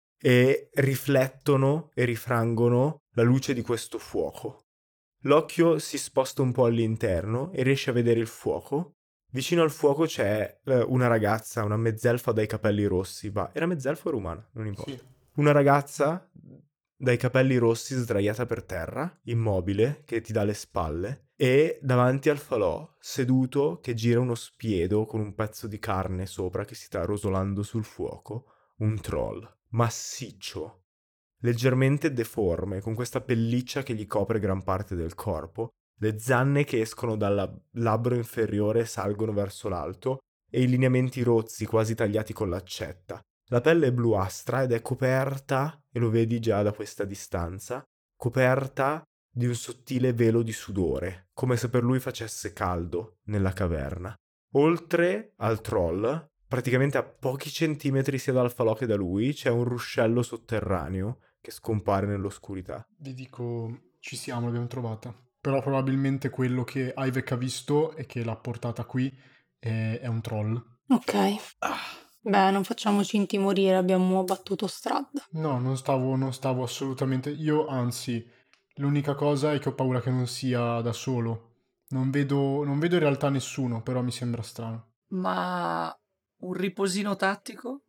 e riflettono e rifrangono la luce di questo fuoco. L'occhio si sposta un po' all'interno e riesce a vedere il fuoco. Vicino al fuoco c'è eh, una ragazza, una mezzelfa dai capelli rossi. Va, era mezzelfa o era umana? Non importa. Sì. Una ragazza dai capelli rossi sdraiata per terra, immobile, che ti dà le spalle, e davanti al falò, seduto, che gira uno spiedo con un pezzo di carne sopra che si sta rosolando sul fuoco, un troll, massiccio, leggermente deforme, con questa pelliccia che gli copre gran parte del corpo, le zanne che escono dal labbro inferiore e salgono verso l'alto, e i lineamenti rozzi, quasi tagliati con l'accetta. La pelle è bluastra ed è coperta, e lo vedi già da questa distanza, coperta di un sottile velo di sudore, come se per lui facesse caldo nella caverna. Oltre al troll, praticamente a pochi centimetri sia dal falò che da lui, c'è un ruscello sotterraneo che scompare nell'oscurità. Vi dico, ci siamo, l'abbiamo trovata. Però probabilmente quello che Ivek ha visto e che l'ha portata qui è, è un troll. Ok. Ah. Beh, non facciamoci intimorire, abbiamo battuto strada. No, non stavo, non stavo assolutamente... Io, anzi, l'unica cosa è che ho paura che non sia da solo. Non vedo, non vedo in realtà nessuno, però mi sembra strano. Ma un riposino tattico?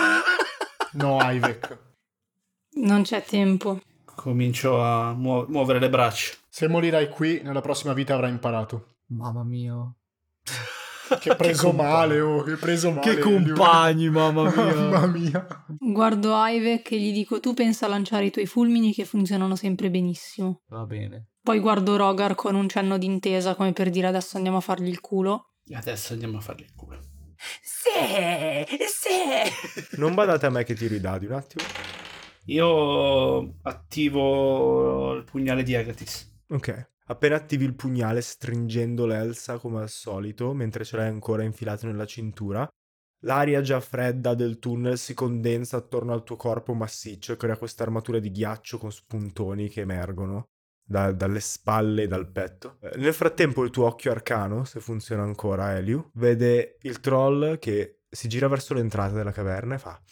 No, Ivek. Non c'è tempo. Comincio a muo- muovere le braccia. Se morirai qui, nella prossima vita avrai imparato. Mamma mia. Che preso Che male, compagni. oh, che preso male. Che compagni, mamma mia. Mamma mia. Guardo Ivek e gli dico: tu pensa a lanciare i tuoi fulmini che funzionano sempre benissimo. Va bene. Poi guardo Rogar con un cenno d'intesa, come per dire adesso andiamo a fargli il culo. E adesso andiamo a fargli il culo. Sì, sì. Non badate a me che tiro i dadi un attimo. Io attivo il pugnale di Agatis. Ok. Appena attivi il pugnale stringendo l'elsa come al solito, mentre ce l'hai ancora infilato nella cintura, l'aria già fredda del tunnel si condensa attorno al tuo corpo massiccio e crea questa armatura di ghiaccio con spuntoni che emergono da, dalle spalle e dal petto. Eh, nel frattempo il tuo occhio arcano, se funziona ancora Eliu, vede il troll che si gira verso l'entrata della caverna e fa...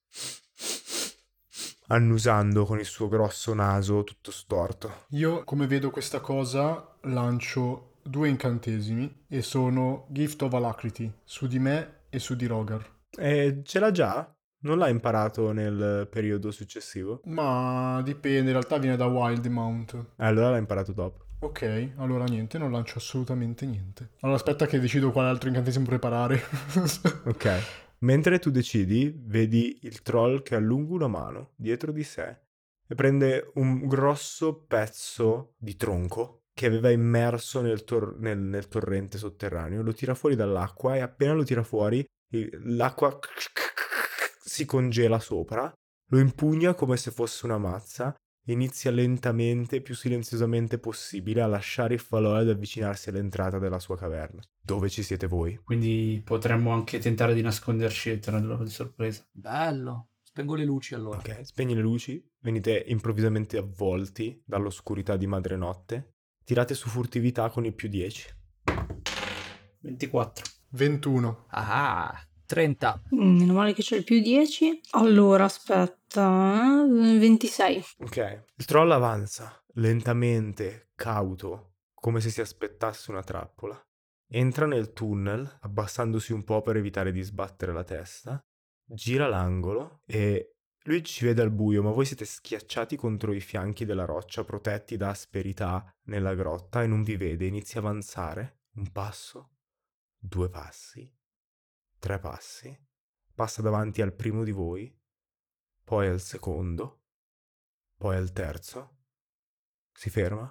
annusando con il suo grosso naso tutto storto. Io, come vedo questa cosa, lancio due incantesimi e sono Gift of Alacrity su di me e su di Rogar. E ce l'ha già? Non l'ha imparato nel periodo successivo? Ma dipende, in realtà viene da Wild Mount. Eh, allora l'ha imparato dopo. Ok, allora niente, non lancio assolutamente niente. Allora aspetta che decido quale altro incantesimo preparare. Ok. Mentre tu decidi, vedi il troll che allunga una mano dietro di sé e prende un grosso pezzo di tronco che aveva immerso nel, tor- nel- nel torrente sotterraneo, lo tira fuori dall'acqua e appena lo tira fuori il- l'acqua si congela sopra, lo impugna come se fosse una mazza e inizia lentamente, più silenziosamente possibile, a lasciare il falò ed avvicinarsi all'entrata della sua caverna. Dove ci siete voi? Quindi potremmo anche tentare di nasconderci e tenerlo di sorpresa. Bello. Spengo le luci allora. Ok, spegni le luci, venite improvvisamente avvolti dall'oscurità di madre notte. Tirate su furtività con il più dieci. ventiquattro. ventuno. Ah, trenta. Mm, Meno male che c'è il più dieci. Allora, aspetta, eh, ventisei. Ok, il troll avanza lentamente, cauto, come se si aspettasse una trappola. Entra nel tunnel, abbassandosi un po' per evitare di sbattere la testa, gira l'angolo e lui ci vede al buio, ma voi siete schiacciati contro i fianchi della roccia, protetti da asperità nella grotta e non vi vede. Inizia a avanzare, un passo, due passi, tre passi, passa davanti al primo di voi, poi al secondo, poi al terzo, si ferma,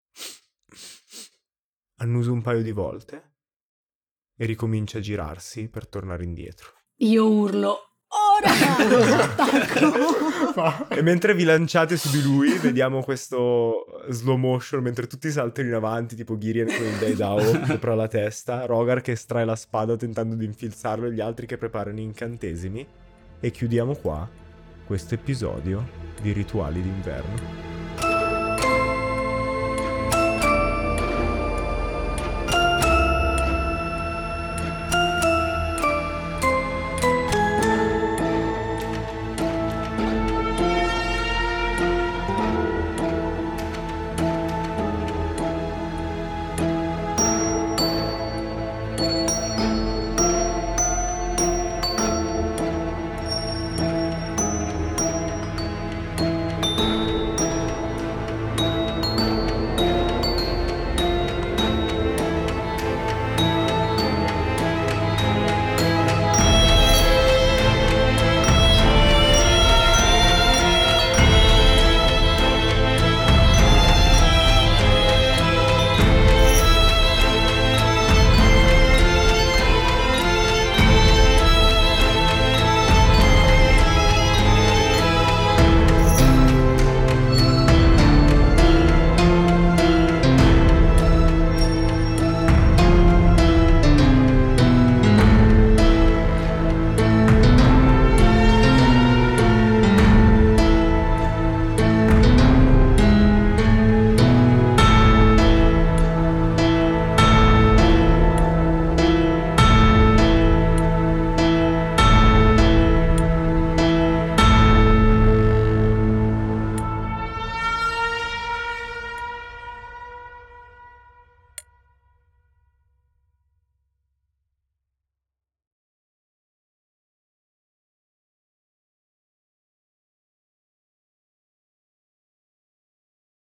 annusa un paio di volte e ricomincia a girarsi per tornare indietro. Io urlo, ora! Attacco! E mentre vi lanciate su di lui, vediamo questo slow motion mentre tutti saltano in avanti, tipo Girien con il Daedao sopra la testa, Rogar che estrae la spada tentando di infilzarlo e gli altri che preparano incantesimi. E chiudiamo qua questo episodio di Rituali d'inverno.